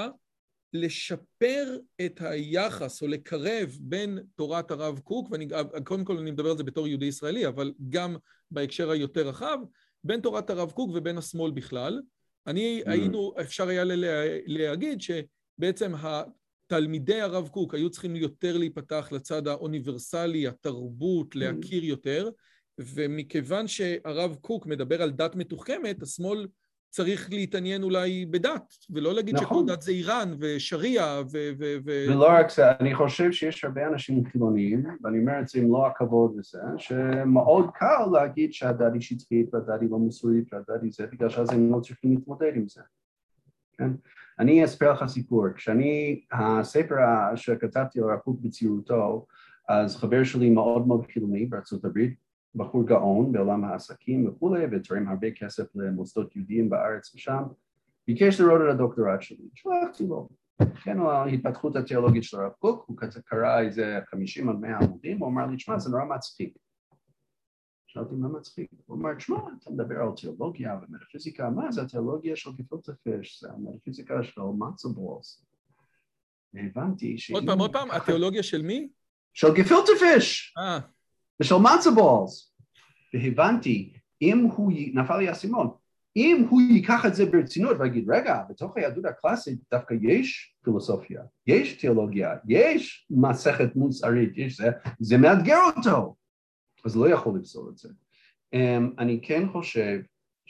לשפר את היחס או לקרב בין תורת הרב קוק, ואני, קודם כל אני מדבר על זה בתור יהודי ישראלי, אבל גם בהקשר היותר רחב, בין תורת הרב קוק ובין השמאל בכלל. אני היינו, אפשר היה להגיד שבעצם התלמידי הרב קוק היו צריכים יותר להיפתח לצד האוניברסלי, התרבות, להכיר יותר, ומכיוון שהרב קוק מדבר על דת מתוחכמת, השמאל צריך להתעניין אולי בדת, ולא להגיד שכל דת זה איראן ושריעה ו... ולא רק זה, אני חושב שיש הרבה אנשים חילוניים, ואני אומר את זה עם לא הכבוד וזה, שמאוד קל להגיד שהדת היא שטחית, והדת היא לא מוסרית, והדת היא זה, בגלל שאז הם לא צריכים להתמודד עם זה. כן? אני אספר לך סיפור, כשאני, הספר שכתבתי על הרב קוק בצעירותו, אז חבר שלי מאוד מאוד חילוני בארצות הברית, בחור גאון בעולם העסקים וכולי, ותורם הרבה כסף למוסדות יהודיים בארץ ושם, ביקש לראות את הדוקטורט שלי, שלחתי לו, כן, על ההתפתחות התיאולוגית של הרב קוק, הוא קרא איזה חמישים עד מאה עמודים, הוא אמר לי, תשמע, זה נורא מצחיק. שאלתי, מה מצחיק? הוא אמר, תשמע, אתה מדבר על תיאולוגיה ומטאפיזיקה, מה זה התיאולוגיה של גפילטע פיש, זה המטאפיזיקה של מצה בולס. והבנתי ש... עוד פעם, עוד פעם, התיאולוגיה של מי? של גפילטע פיש. אה. ושל מצה בולס. והבנתי, אם הוא, נפל לי האסימון, אם הוא ייקח את זה ברצינות ויגיד, רגע, בתוך היהדות הקלאסית דווקא יש פילוסופיה, יש תיאולוגיה, יש מסכת מוסרית, יש זה, זה מאתגר אותו. אז לא יכול לפסול את זה. Um, אני כן חושב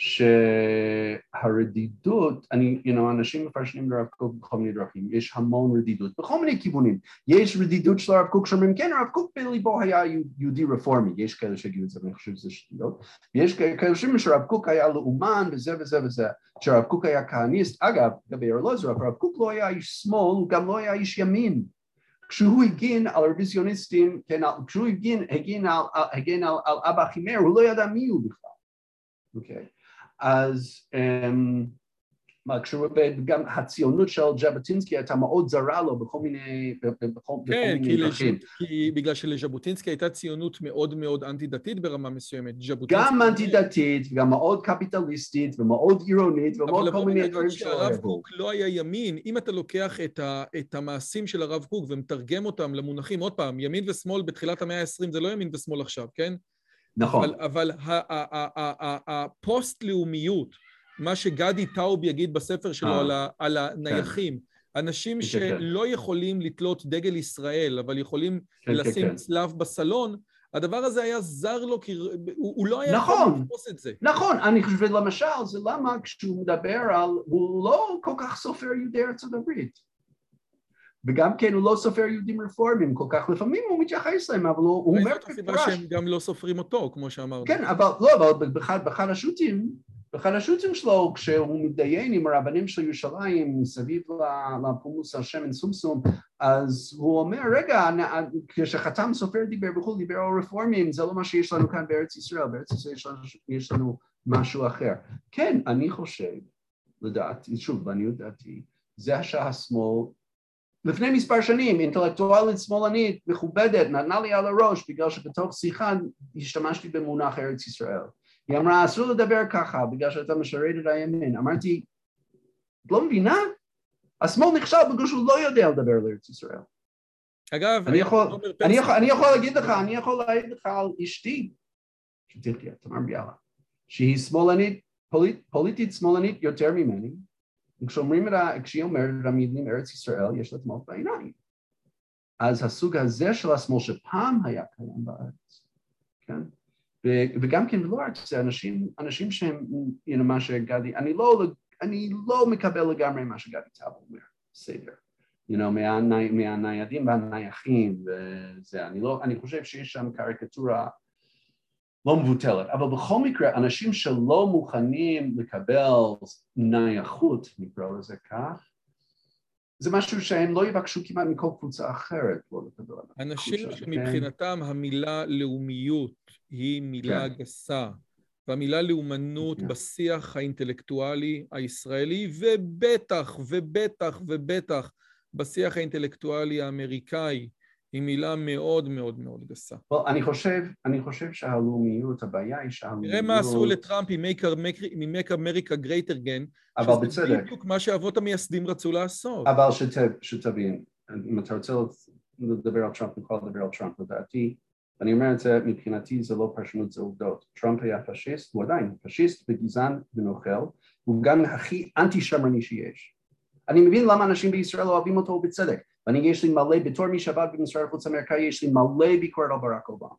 שהרדידות, אני, you know, אנשים מפרשנים לרב קוק בכל מיני דרכים, יש המון רדידות, בכל מיני כיוונים. יש רדידות של הרב קוק שאומרים, כן, הרב קוק בליבו היה יהודי רפורמי, יש כאלה שגידו את זה, אני חושב שזה שטויות, ויש כאלה שאומרים שהרב קוק היה לאומן וזה וזה וזה, שהרב קוק היה כהניסט, אגב, לגבי ארלוזורוב, הרב קוק לא היה איש שמאל, הוא גם לא היה איש ימין. כשהוא הגין על הרוויזיוניסטים, כן, כשהוא הגין, הגין על, הגין על, על אבא חימר, הוא לא ידע מי הוא בכלל. אוקיי. אז גם הציונות של ז'בוטינסקי הייתה מאוד זרה לו בכל מיני דרכים. כן, כי בגלל שלז'בוטינסקי הייתה ציונות מאוד מאוד אנטי-דתית ברמה מסוימת. גם אנטי-דתית, וגם מאוד קפיטליסטית, ומאוד אירונית, ומאוד כל מיני דברים שלו. אבל הרב קוק לא היה ימין. אם אתה לוקח את המעשים של הרב קוק ומתרגם אותם למונחים, עוד פעם, ימין ושמאל בתחילת המאה ה-עשרים זה לא ימין ושמאל עכשיו, כן? נכון. אבל הפוסט-לאומיות, מה שגדי טאוב יגיד בספר שלו על הנייחים, אנשים שלא יכולים לתלות דגל ישראל, אבל יכולים לשים צלב בסלון, הדבר הזה היה זר לו, כי הוא לא היה יכול לתפוס את זה. נכון, אני חושב למשל, זה למה כשהוא מדבר על, הוא לא כל כך סופר יהודי ארצות הברית. וגם כן הוא לא סופר יהודים רפורמים כל כך, לפעמים הוא מתייחס להם, אבל הוא אומר וזאת הסיבה שהם גם לא סופרים אותו, כמו שאמרנו. כן, אבל לא, אבל באחד השו"תים, אחד השו"תים שלו, כשהוא מתדיין עם הרבנים של ירושלים, מסביב לפולמוס על שמן סומסום, אז הוא אומר, רגע, כשחתם סופר דיבר וכו', דיבר על רפורמים, זה לא מה שיש לנו כאן בארץ ישראל, בארץ ישראל יש לנו, יש לנו משהו אחר. כן, אני חושב, לדעתי, שוב, אני יודעתי, זה שהשמאל, לפני מספר שנים, אינטלקטואלית שמאלנית, מכובדת, נתנה לי על הראש, בגלל שבתוך שיחה השתמשתי במונח ארץ ישראל. היא אמרה, אסור לדבר ככה, בגלל שאתה משרת את הימין. אמרתי, לא מבינה? השמאל נכשל בגלל שהוא לא יודע לדבר על ארץ ישראל. אגב, אני יכול, אני יכול, אני יכול להגיד לך, אני יכול להגיד לך על אשתי, שתחיה, תמר ביאלה, שהיא שמאלנית, פוליט, פוליטית שמאלנית יותר ממני, וכשאומרים את ה, כשהיא אומרת את המילים ארץ ישראל, יש לה תמות בעיניים. אז הסוג הזה של השמאל שפעם היה קיים בארץ, כן? וגם כן לא רק זה, אנשים, אנשים שהם, you know, מה שגדי, אני לא, אני לא מקבל לגמרי מה שגדי טאב אומר, בסדר, you know, מהני, מהניידים והנייחים וזה, אני לא, אני חושב שיש שם קריקטורה לא מבוטלת, אבל בכל מקרה, אנשים שלא מוכנים לקבל נייחות, נקרא לזה כך, זה משהו שהם לא יבקשו כמעט מכל קבוצה אחרת, לא לקבל. אנשים שמבחינתם המילה לאומיות היא מילה גסה, והמילה לאומנות בשיח האינטלקטואלי הישראלי, ובטח ובטח ובטח בשיח האינטלקטואלי האמריקאי, היא מילה מאוד מאוד מאוד גסה. אני חושב, אני חושב שהלאומיות, הבעיה היא שהלאומיות... תראה מה עשו לטראמפ עם Make America Great Again, אבל בצדק. שזה בדיוק מה שאבות המייסדים רצו לעשות. אבל שתבין, אם אתה רוצה לדבר על טראמפ, נוכל לדבר על טראמפ, לדעתי, אני אומר את זה, מבחינתי זה לא פרשנות, זה עובדות. טראמפ היה פשיסט, הוא עדיין פשיסט וגזען ונוכל, הוא גם הכי אנטי שמרני שיש. אני מבין למה אנשים בישראל אוהבים אותו בצדק, ואני יש לי מלא, בתור מי שעבד במשרד החוץ האמריקאי, יש לי מלא ביקורת על ברק אובמה.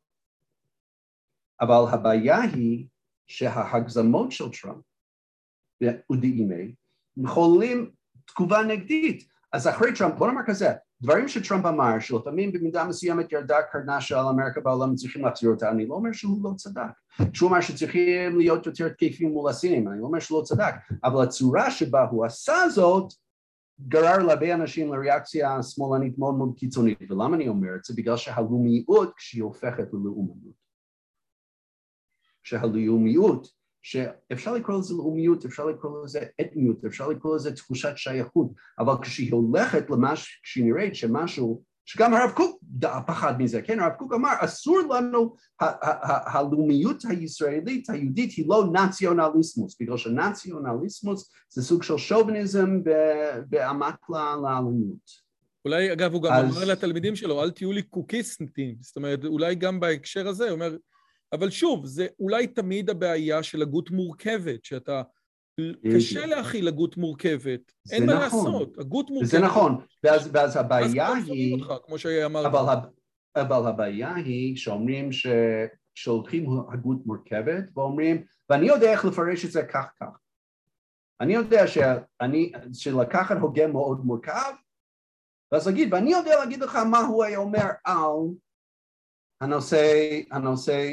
אבל הבעיה היא שההגזמות של טראמפ, ודאימי, מחוללים תגובה נגדית. אז אחרי טראמפ, בוא נאמר כזה, דברים שטראמפ אמר, שלפעמים במידה מסוימת ירדה קרנה של אמריקה בעולם, צריכים להחזיר אותה, אני לא אומר שהוא לא צדק. שהוא אמר שצריכים להיות יותר תקפים מול הסינים, אני לא אומר שהוא לא צדק, אבל הצורה שבה הוא עשה זאת, גרר להרבה אנשים לריאקציה שמאלנית מאוד מאוד קיצונית. ולמה אני אומר את זה? בגלל שהלאומיות כשהיא הופכת ללאומנות. כשהלאומיות, שאפשר לקרוא לזה לאומיות, אפשר לקרוא לזה אתניות, אפשר לקרוא לזה תחושת שייכות, אבל כשהיא הולכת למש, כשהיא נראית שמשהו, שגם הרב קוק פחד מזה, כן? הרב קוק אמר, אסור לנו, הלאומיות הישראלית, היהודית, היא לא נציונליסמוס, בגלל שנציונליסמוס זה סוג של שוביניזם בעמק ללאומיות. אולי, אגב, הוא גם אז... אמר לתלמידים שלו, אל תהיו לי קוקיסטים, זאת אומרת, אולי גם בהקשר הזה, הוא אומר, אבל שוב, זה אולי תמיד הבעיה של הגות מורכבת, שאתה קשה להכיל הגות מורכבת, אין מה לעשות, הגות מורכבת. זה נכון, ואז הבעיה היא, כמו שאמרת. אבל הבעיה היא שאומרים שהולכים הגות מורכבת, ואומרים, ואני יודע איך לפרש את זה כך כך. אני יודע שלקחת הוגה מאוד מורכב, ואז להגיד, ואני יודע להגיד לך מה הוא היה אומר על הנושא, הנושא,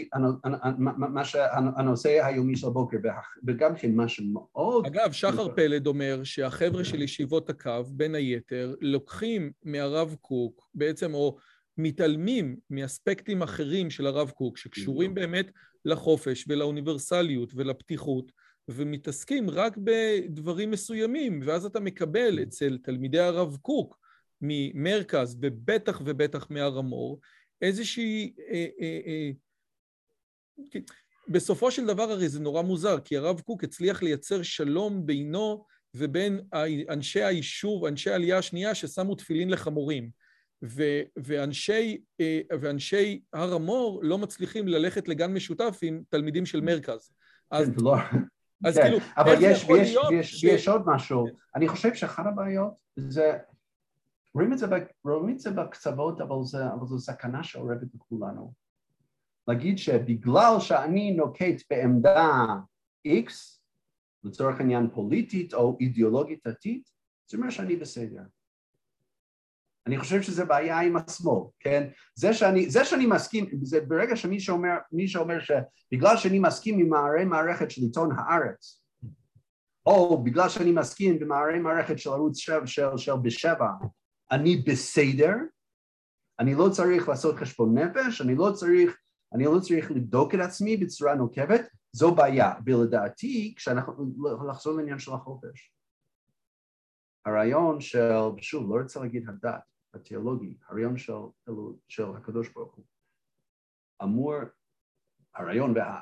הנושא היומי של הבוקר, וגם כן מה שמאוד... אגב, שחר פלד אומר שהחבר'ה של ישיבות הקו, בין היתר, לוקחים מהרב קוק, בעצם, או מתעלמים מאספקטים אחרים של הרב קוק, שקשורים באמת לחופש ולאוניברסליות ולפתיחות, ומתעסקים רק בדברים מסוימים, ואז אתה מקבל אצל תלמידי הרב קוק, ממרכז ובטח ובטח מהר המור, איזושהי, אה, אה, אה, בסופו של דבר הרי זה נורא מוזר, כי הרב קוק הצליח לייצר שלום בינו ובין אנשי היישוב, אנשי העלייה השנייה ששמו תפילין לחמורים, ו, ואנשי, אה, ואנשי הר המור לא מצליחים ללכת לגן משותף עם תלמידים של מרכז. אז, לא. אז כן, כאילו, אבל יש, יש, יש, ש... יש עוד משהו, אני חושב שאחת הבעיות זה, רואים את זה, רואים את זה בקצוות, אבל זה, אבל זו סכנה שעורבת לכולנו. להגיד שבגלל שאני נוקט בעמדה X, לצורך עניין פוליטית או אידיאולוגית דתית, זה אומר שאני בסדר. אני חושב שזה בעיה עם השמאל, כן? זה שאני, זה שאני מסכים, זה ברגע שמי שאומר, מי שאומר שבגלל שאני מסכים עם מערי מערכת של עיתון הארץ, או בגלל שאני מסכים במערי מערכת של ערוץ של, של, של בשבע, אני בסדר, אני לא צריך לעשות חשבון נפש, אני לא צריך, אני לא צריך לבדוק את עצמי בצורה נוקבת, זו בעיה. ולדעתי, כשאנחנו לחזור לעניין של החופש, הרעיון של, שוב, לא רוצה להגיד הדת, התיאולוגי, הרעיון של, של הקדוש ברוך הוא, אמור, הרעיון וה...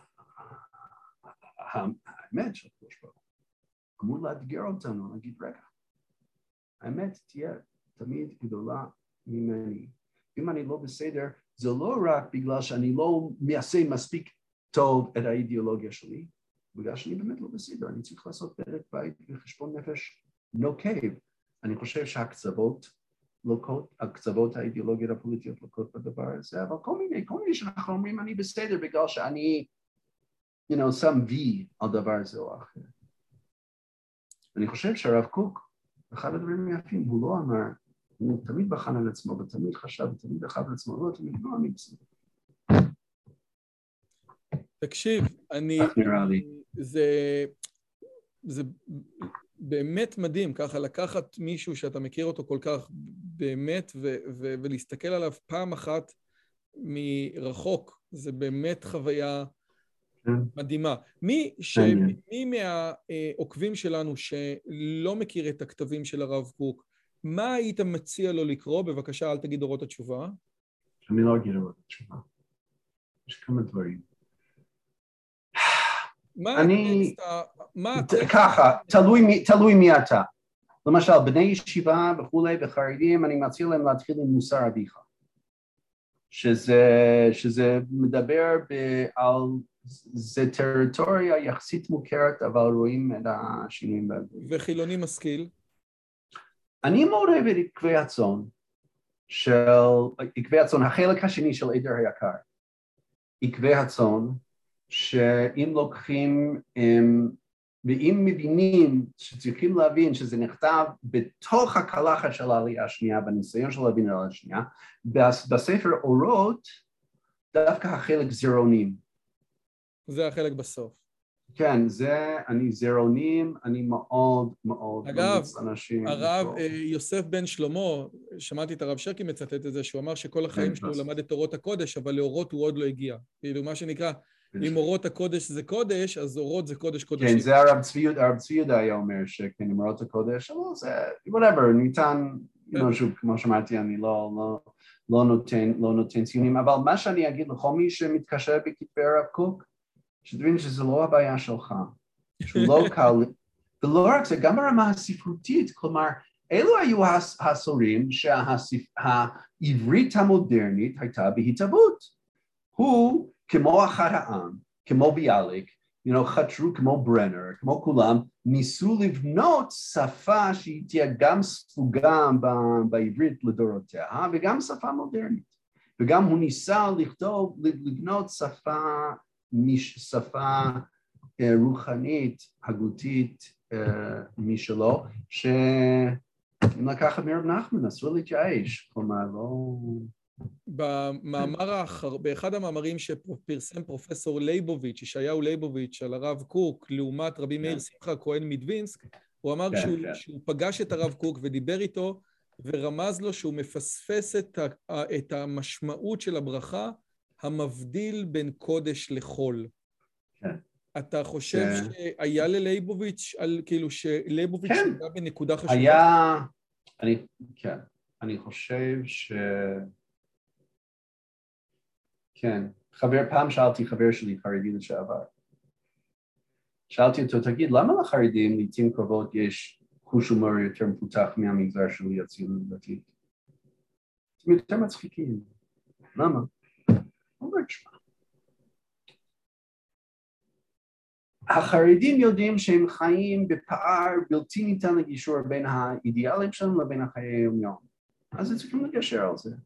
האמת של הקדוש ברוך הוא, אמור לאתגר אותנו, להגיד, רגע, האמת תהיה תמיד גדולה ממני. אם אני לא בסדר, זה לא רק בגלל שאני לא מיישם מספיק טוב את האידיאולוגיה שלי, בגלל שאני באמת לא בסדר, אני צריך לעשות בדק בית וחשבון נפש נוקב. אני חושב שהקצוות לוקות, הקצוות האידיאולוגיות הפוליטיות לוקות בדבר הזה, אבל כל מיני, כל מיני שאנחנו אומרים אני בסדר בגלל שאני, you know, שם וי על דבר זה או אחר. אני חושב שהרב קוק, אחד הדברים היפים, הוא לא אמר, הוא תמיד בחן על עצמו, ותמיד חשב, ותמיד דחף על עצמו, לא תמיד לא אני בסדר. תקשיב, אני, זה, זה באמת מדהים, ככה לקחת מישהו שאתה מכיר אותו כל כך באמת, ו, ו, ולהסתכל עליו פעם אחת מרחוק, זה באמת חוויה מדהימה. מי, ש... מי מהעוקבים שלנו שלא מכיר את הכתבים של הרב קוק, מה היית מציע לו לקרוא? בבקשה, אל תגיד אורות התשובה. אני לא אגיד אורות התשובה. יש כמה דברים. מה הטקסט? מה הטקסט? ככה, תלוי מי אתה. למשל, בני ישיבה וכולי וחרדים, אני מציע להם להתחיל עם מוסר אביך. שזה, שזה מדבר על, זה טריטוריה יחסית מוכרת, אבל רואים את השינויים בעברית. וחילוני משכיל? אני מאוד אוהב את עקבי הצאן, של עקבי הצאן, החלק השני של עדר היקר. עקבי הצאן, שאם לוקחים, ואם מבינים שצריכים להבין שזה נכתב בתוך הקלחת של העלייה השנייה, בניסיון של להבין על השנייה, בספר אורות, דווקא החלק זרעונים. זה החלק בסוף. כן, זה, אני זרעונים, אני מאוד מאוד אגב, הרב יוסף בן שלמה, שמעתי את הרב שרקי מצטט את זה, שהוא אמר שכל החיים שלו למד את אורות הקודש, אבל לאורות הוא עוד לא הגיע. כאילו, מה שנקרא, אם אורות הקודש זה קודש, אז אורות זה קודש קודשים. כן, זה הרב צבי יהודה היה אומר שכן, אם אורות הקודש, אבל זה, whatever, ניתן, שוב, כמו שאמרתי, אני לא נותן ציונים, אבל מה שאני אגיד לכל מי שמתקשר בכתבי הרב קוק, שתבין שזה לא הבעיה שלך, שהוא לא קל, ולא רק זה, גם ברמה הספרותית, כלומר, אלו היו העשורים שהעברית המודרנית הייתה בהתהוות. הוא, כמו אחד העם, כמו ביאליק, you know, חתרו כמו ברנר, כמו כולם, ניסו לבנות שפה שהיא תהיה גם ספוגה בעברית לדורותיה, וגם שפה מודרנית. וגם הוא ניסה לכתוב, לבנות שפה, שפה רוחנית, הגותית משלו, שאם לקחת מרב נחמן, אסור להתייאש, כלומר, לא... במאמר האחר, באחד המאמרים שפרסם פרופסור ליבוביץ', ישעיהו ליבוביץ', על הרב קוק, לעומת רבי מאיר שמחה כהן מדווינסק, הוא אמר שהוא פגש את הרב קוק ודיבר איתו, ורמז לו שהוא מפספס את המשמעות של הברכה, המבדיל בין קודש לחול. אתה חושב שהיה לליבוביץ', כאילו שליבוביץ' נגע בנקודה חשובה? היה, כן, אני חושב ש... כן, חבר, פעם שאלתי חבר שלי, חרדי לשעבר. שאלתי אותו, תגיד, למה לחרדים לעתים קרובות יש חוש הומור יותר מפותח מהמגזר שלי הציונות הדתית? הם יותר מצחיקים. למה? הוא אומר, תשמע. החרדים יודעים שהם חיים בפער בלתי ניתן לגישור בין האידיאלים שלנו לבין החיי היום-יום. אז הם צריכים לגשר על זה.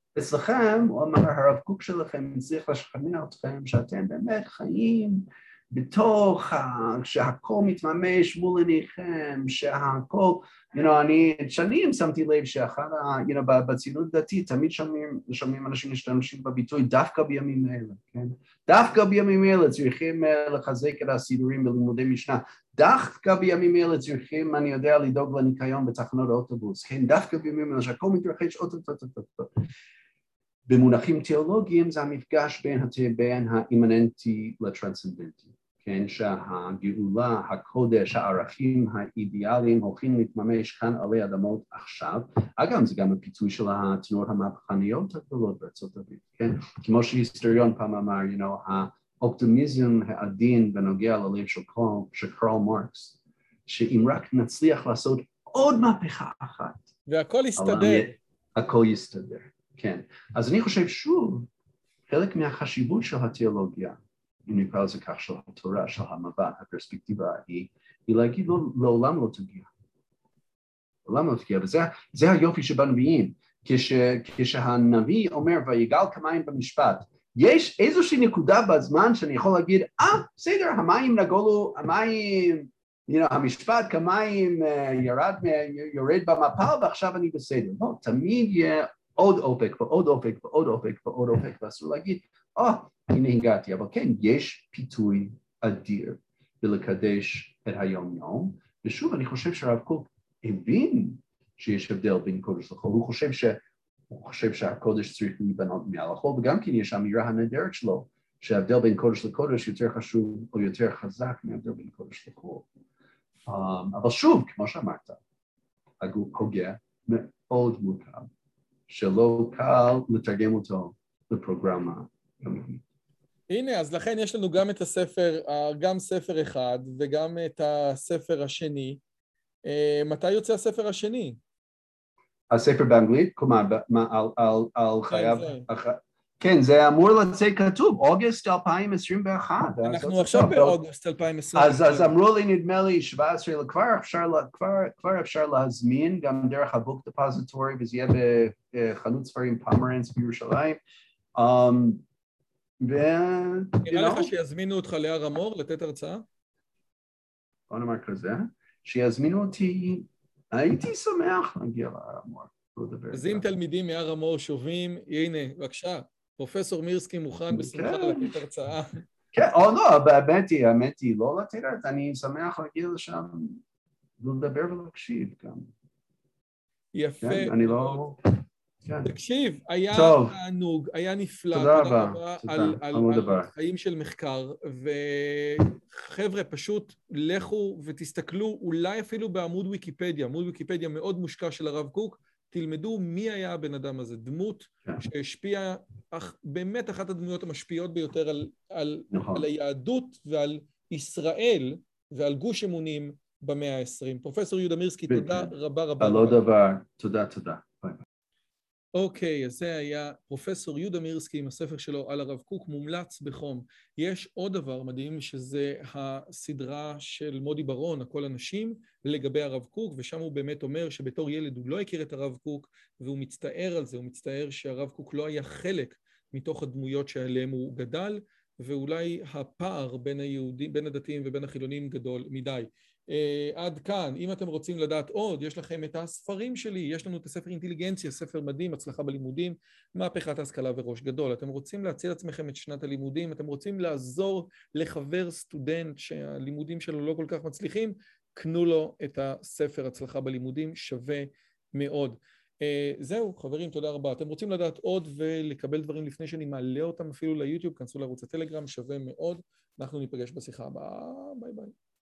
אצלכם, הוא אמר, הרב קוק שלכם צריך לשכנע אתכם שאתם באמת חיים בתוך, שהכל מתממש מול עיניכם, שהכל, you know, אני שנים שמתי לב שאחד, you know, בציונות דתית, תמיד שומעים, שומעים אנשים משתמשים בביטוי, דווקא בימים אלה, כן? דווקא בימים אלה צריכים לחזק את הסידורים בלימודי משנה, דווקא בימים אלה צריכים, אני יודע, לדאוג לניקיון בתחנות האוטובוס, כן? דווקא בימים אלה, שהכל מתרחש אוטוטוטוטוטוט. במונחים תיאולוגיים זה המפגש בין, בין האימננטי לטרנסצנדנטי, כן, שהגאולה, הקודש, הערכים האידיאליים הולכים להתממש כאן עלי אדמות עכשיו. אגב, זה גם הפיצוי של התנועות המהפכניות הגדולות בארצות הברית, כן? כמו שהיסטוריון פעם אמר, you know, האופטימיזם העדין בנוגע ללב של קרל מרקס, שאם רק נצליח לעשות עוד מהפכה אחת, והכל יסתדר. הכל יסתדר. כן, אז אני חושב שוב, חלק מהחשיבות של התיאולוגיה, אם נקרא לזה כך, של התורה, של המבט, הפרספקטיבה היא, היא להגיד לו, לעולם לא תגיע. לעולם לא תגיע, וזה זה היופי שבנביאים, כש, כשהנביא אומר, ויגל כמים במשפט, יש איזושהי נקודה בזמן שאני יכול להגיד, אה, בסדר, המים נגולו, המים, you know, המשפט כמים ירד, יורד במפל, ועכשיו אני בסדר. לא, תמיד יהיה, עוד אופק ועוד אופק ועוד אופק ועוד אופק, ואסור להגיד, אה, הנה הגעתי, אבל כן, יש פיתוי אדיר בלקדש את היום יום, ושוב, אני חושב שהרב קוק הבין שיש הבדל בין קודש לחול, הוא חושב, ש... הוא חושב שהקודש צריך להיבנות מעל החול, וגם כן יש אמירה הנהדרת שלו, שההבדל בין קודש לקודש יותר חשוב או יותר חזק מההבדל בין קודש לחול. Um, אבל שוב, כמו שאמרת, הוגה מאוד מורכב, שלא קל לתרגם אותו לפרוגרמה. הנה, אז לכן יש לנו גם את הספר, גם ספר אחד וגם את הספר השני. מתי יוצא הספר השני? הספר באנגלית? כלומר, על חייו... כן, זה אמור לצאת כתוב, אוגוסט אלפיים עשרים ואחת. אנחנו עכשיו באוגוסט אלפיים עשרים ואחת. אז אמרו לי, נדמה לי, שבע עשרה, כבר אפשר להזמין, גם דרך הבוק דפוזיטורי, וזה יהיה בחנות ספרים פומרנץ בירושלים. נראה לך שיזמינו אותך להר המור, לתת הרצאה? בוא נאמר כזה, שיזמינו אותי, הייתי שמח להגיע להר המור. אז אם תלמידים מהר המור שובים, הנה, בבקשה. פרופסור מירסקי מוכן בשמחה לתת הרצאה. כן, או לא, באמת היא, האמת היא, לא לתת הרצאה, אני שמח להגיע לשם, לדבר ולהקשיב גם. יפה. אני לא... תקשיב, היה תענוג, היה נפלא. תודה רבה. על חיים של מחקר, וחבר'ה, פשוט לכו ותסתכלו, אולי אפילו בעמוד ויקיפדיה, עמוד ויקיפדיה מאוד מושקע של הרב קוק, תלמדו מי היה הבן אדם הזה, דמות שהשפיעה, באמת אחת הדמויות המשפיעות ביותר על, על, נכון. על היהדות ועל ישראל ועל גוש אמונים במאה העשרים. פרופסור יהודה מירסקי, תודה רבה רבה. לא דבר, תודה, תודה. אוקיי, אז זה היה פרופסור יהודה מירסקי עם הספר שלו על הרב קוק, מומלץ בחום. יש עוד דבר מדהים שזה הסדרה של מודי ברון, הכל אנשים, לגבי הרב קוק, ושם הוא באמת אומר שבתור ילד הוא לא הכיר את הרב קוק, והוא מצטער על זה, הוא מצטער שהרב קוק לא היה חלק מתוך הדמויות שעליהם הוא גדל, ואולי הפער בין היהודים, בין הדתיים ובין החילונים גדול מדי. Uh, עד כאן, אם אתם רוצים לדעת עוד, יש לכם את הספרים שלי, יש לנו את הספר אינטליגנציה, ספר מדהים, הצלחה בלימודים, מהפכת ההשכלה וראש גדול. אתם רוצים להציל עצמכם את שנת הלימודים, אתם רוצים לעזור לחבר סטודנט שהלימודים שלו לא כל כך מצליחים, קנו לו את הספר הצלחה בלימודים, שווה מאוד. Uh, זהו, חברים, תודה רבה. אתם רוצים לדעת עוד ולקבל דברים לפני שאני מעלה אותם אפילו ליוטיוב, כנסו לערוץ הטלגרם, שווה מאוד. אנחנו ניפגש בשיחה הבאה. ביי ביי.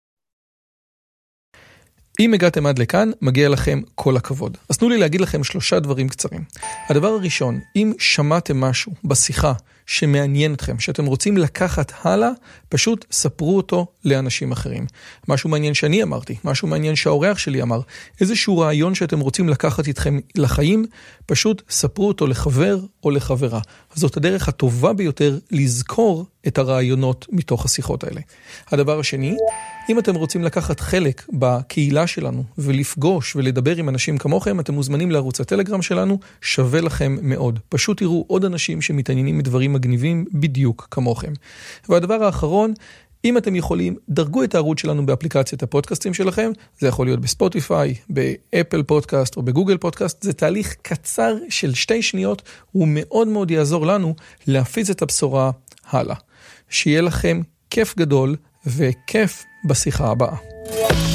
אם הגעתם עד לכאן, מגיע לכם כל הכבוד. אז תנו לי להגיד לכם שלושה דברים קצרים. הדבר הראשון, אם שמעתם משהו בשיחה שמעניין אתכם, שאתם רוצים לקחת הלאה, פשוט ספרו אותו לאנשים אחרים. משהו מעניין שאני אמרתי, משהו מעניין שהאורח שלי אמר, איזשהו רעיון שאתם רוצים לקחת איתכם לחיים, פשוט ספרו אותו לחבר או לחברה. זאת הדרך הטובה ביותר לזכור את הרעיונות מתוך השיחות האלה. הדבר השני, אם אתם רוצים לקחת חלק בקהילה שלנו ולפגוש ולדבר עם אנשים כמוכם, אתם מוזמנים לערוץ הטלגרם שלנו, שווה לכם מאוד. פשוט תראו עוד אנשים שמתעניינים מדברים מגניבים בדיוק כמוכם. והדבר האחרון, אם אתם יכולים, דרגו את הערוץ שלנו באפליקציית הפודקאסטים שלכם, זה יכול להיות בספוטיפיי, באפל פודקאסט או בגוגל פודקאסט, זה תהליך קצר של שתי שניות, הוא מאוד מאוד יעזור לנו להפיץ את הבשורה הלאה. שיהיה לכם כיף גדול וכיף בשיחה הבאה.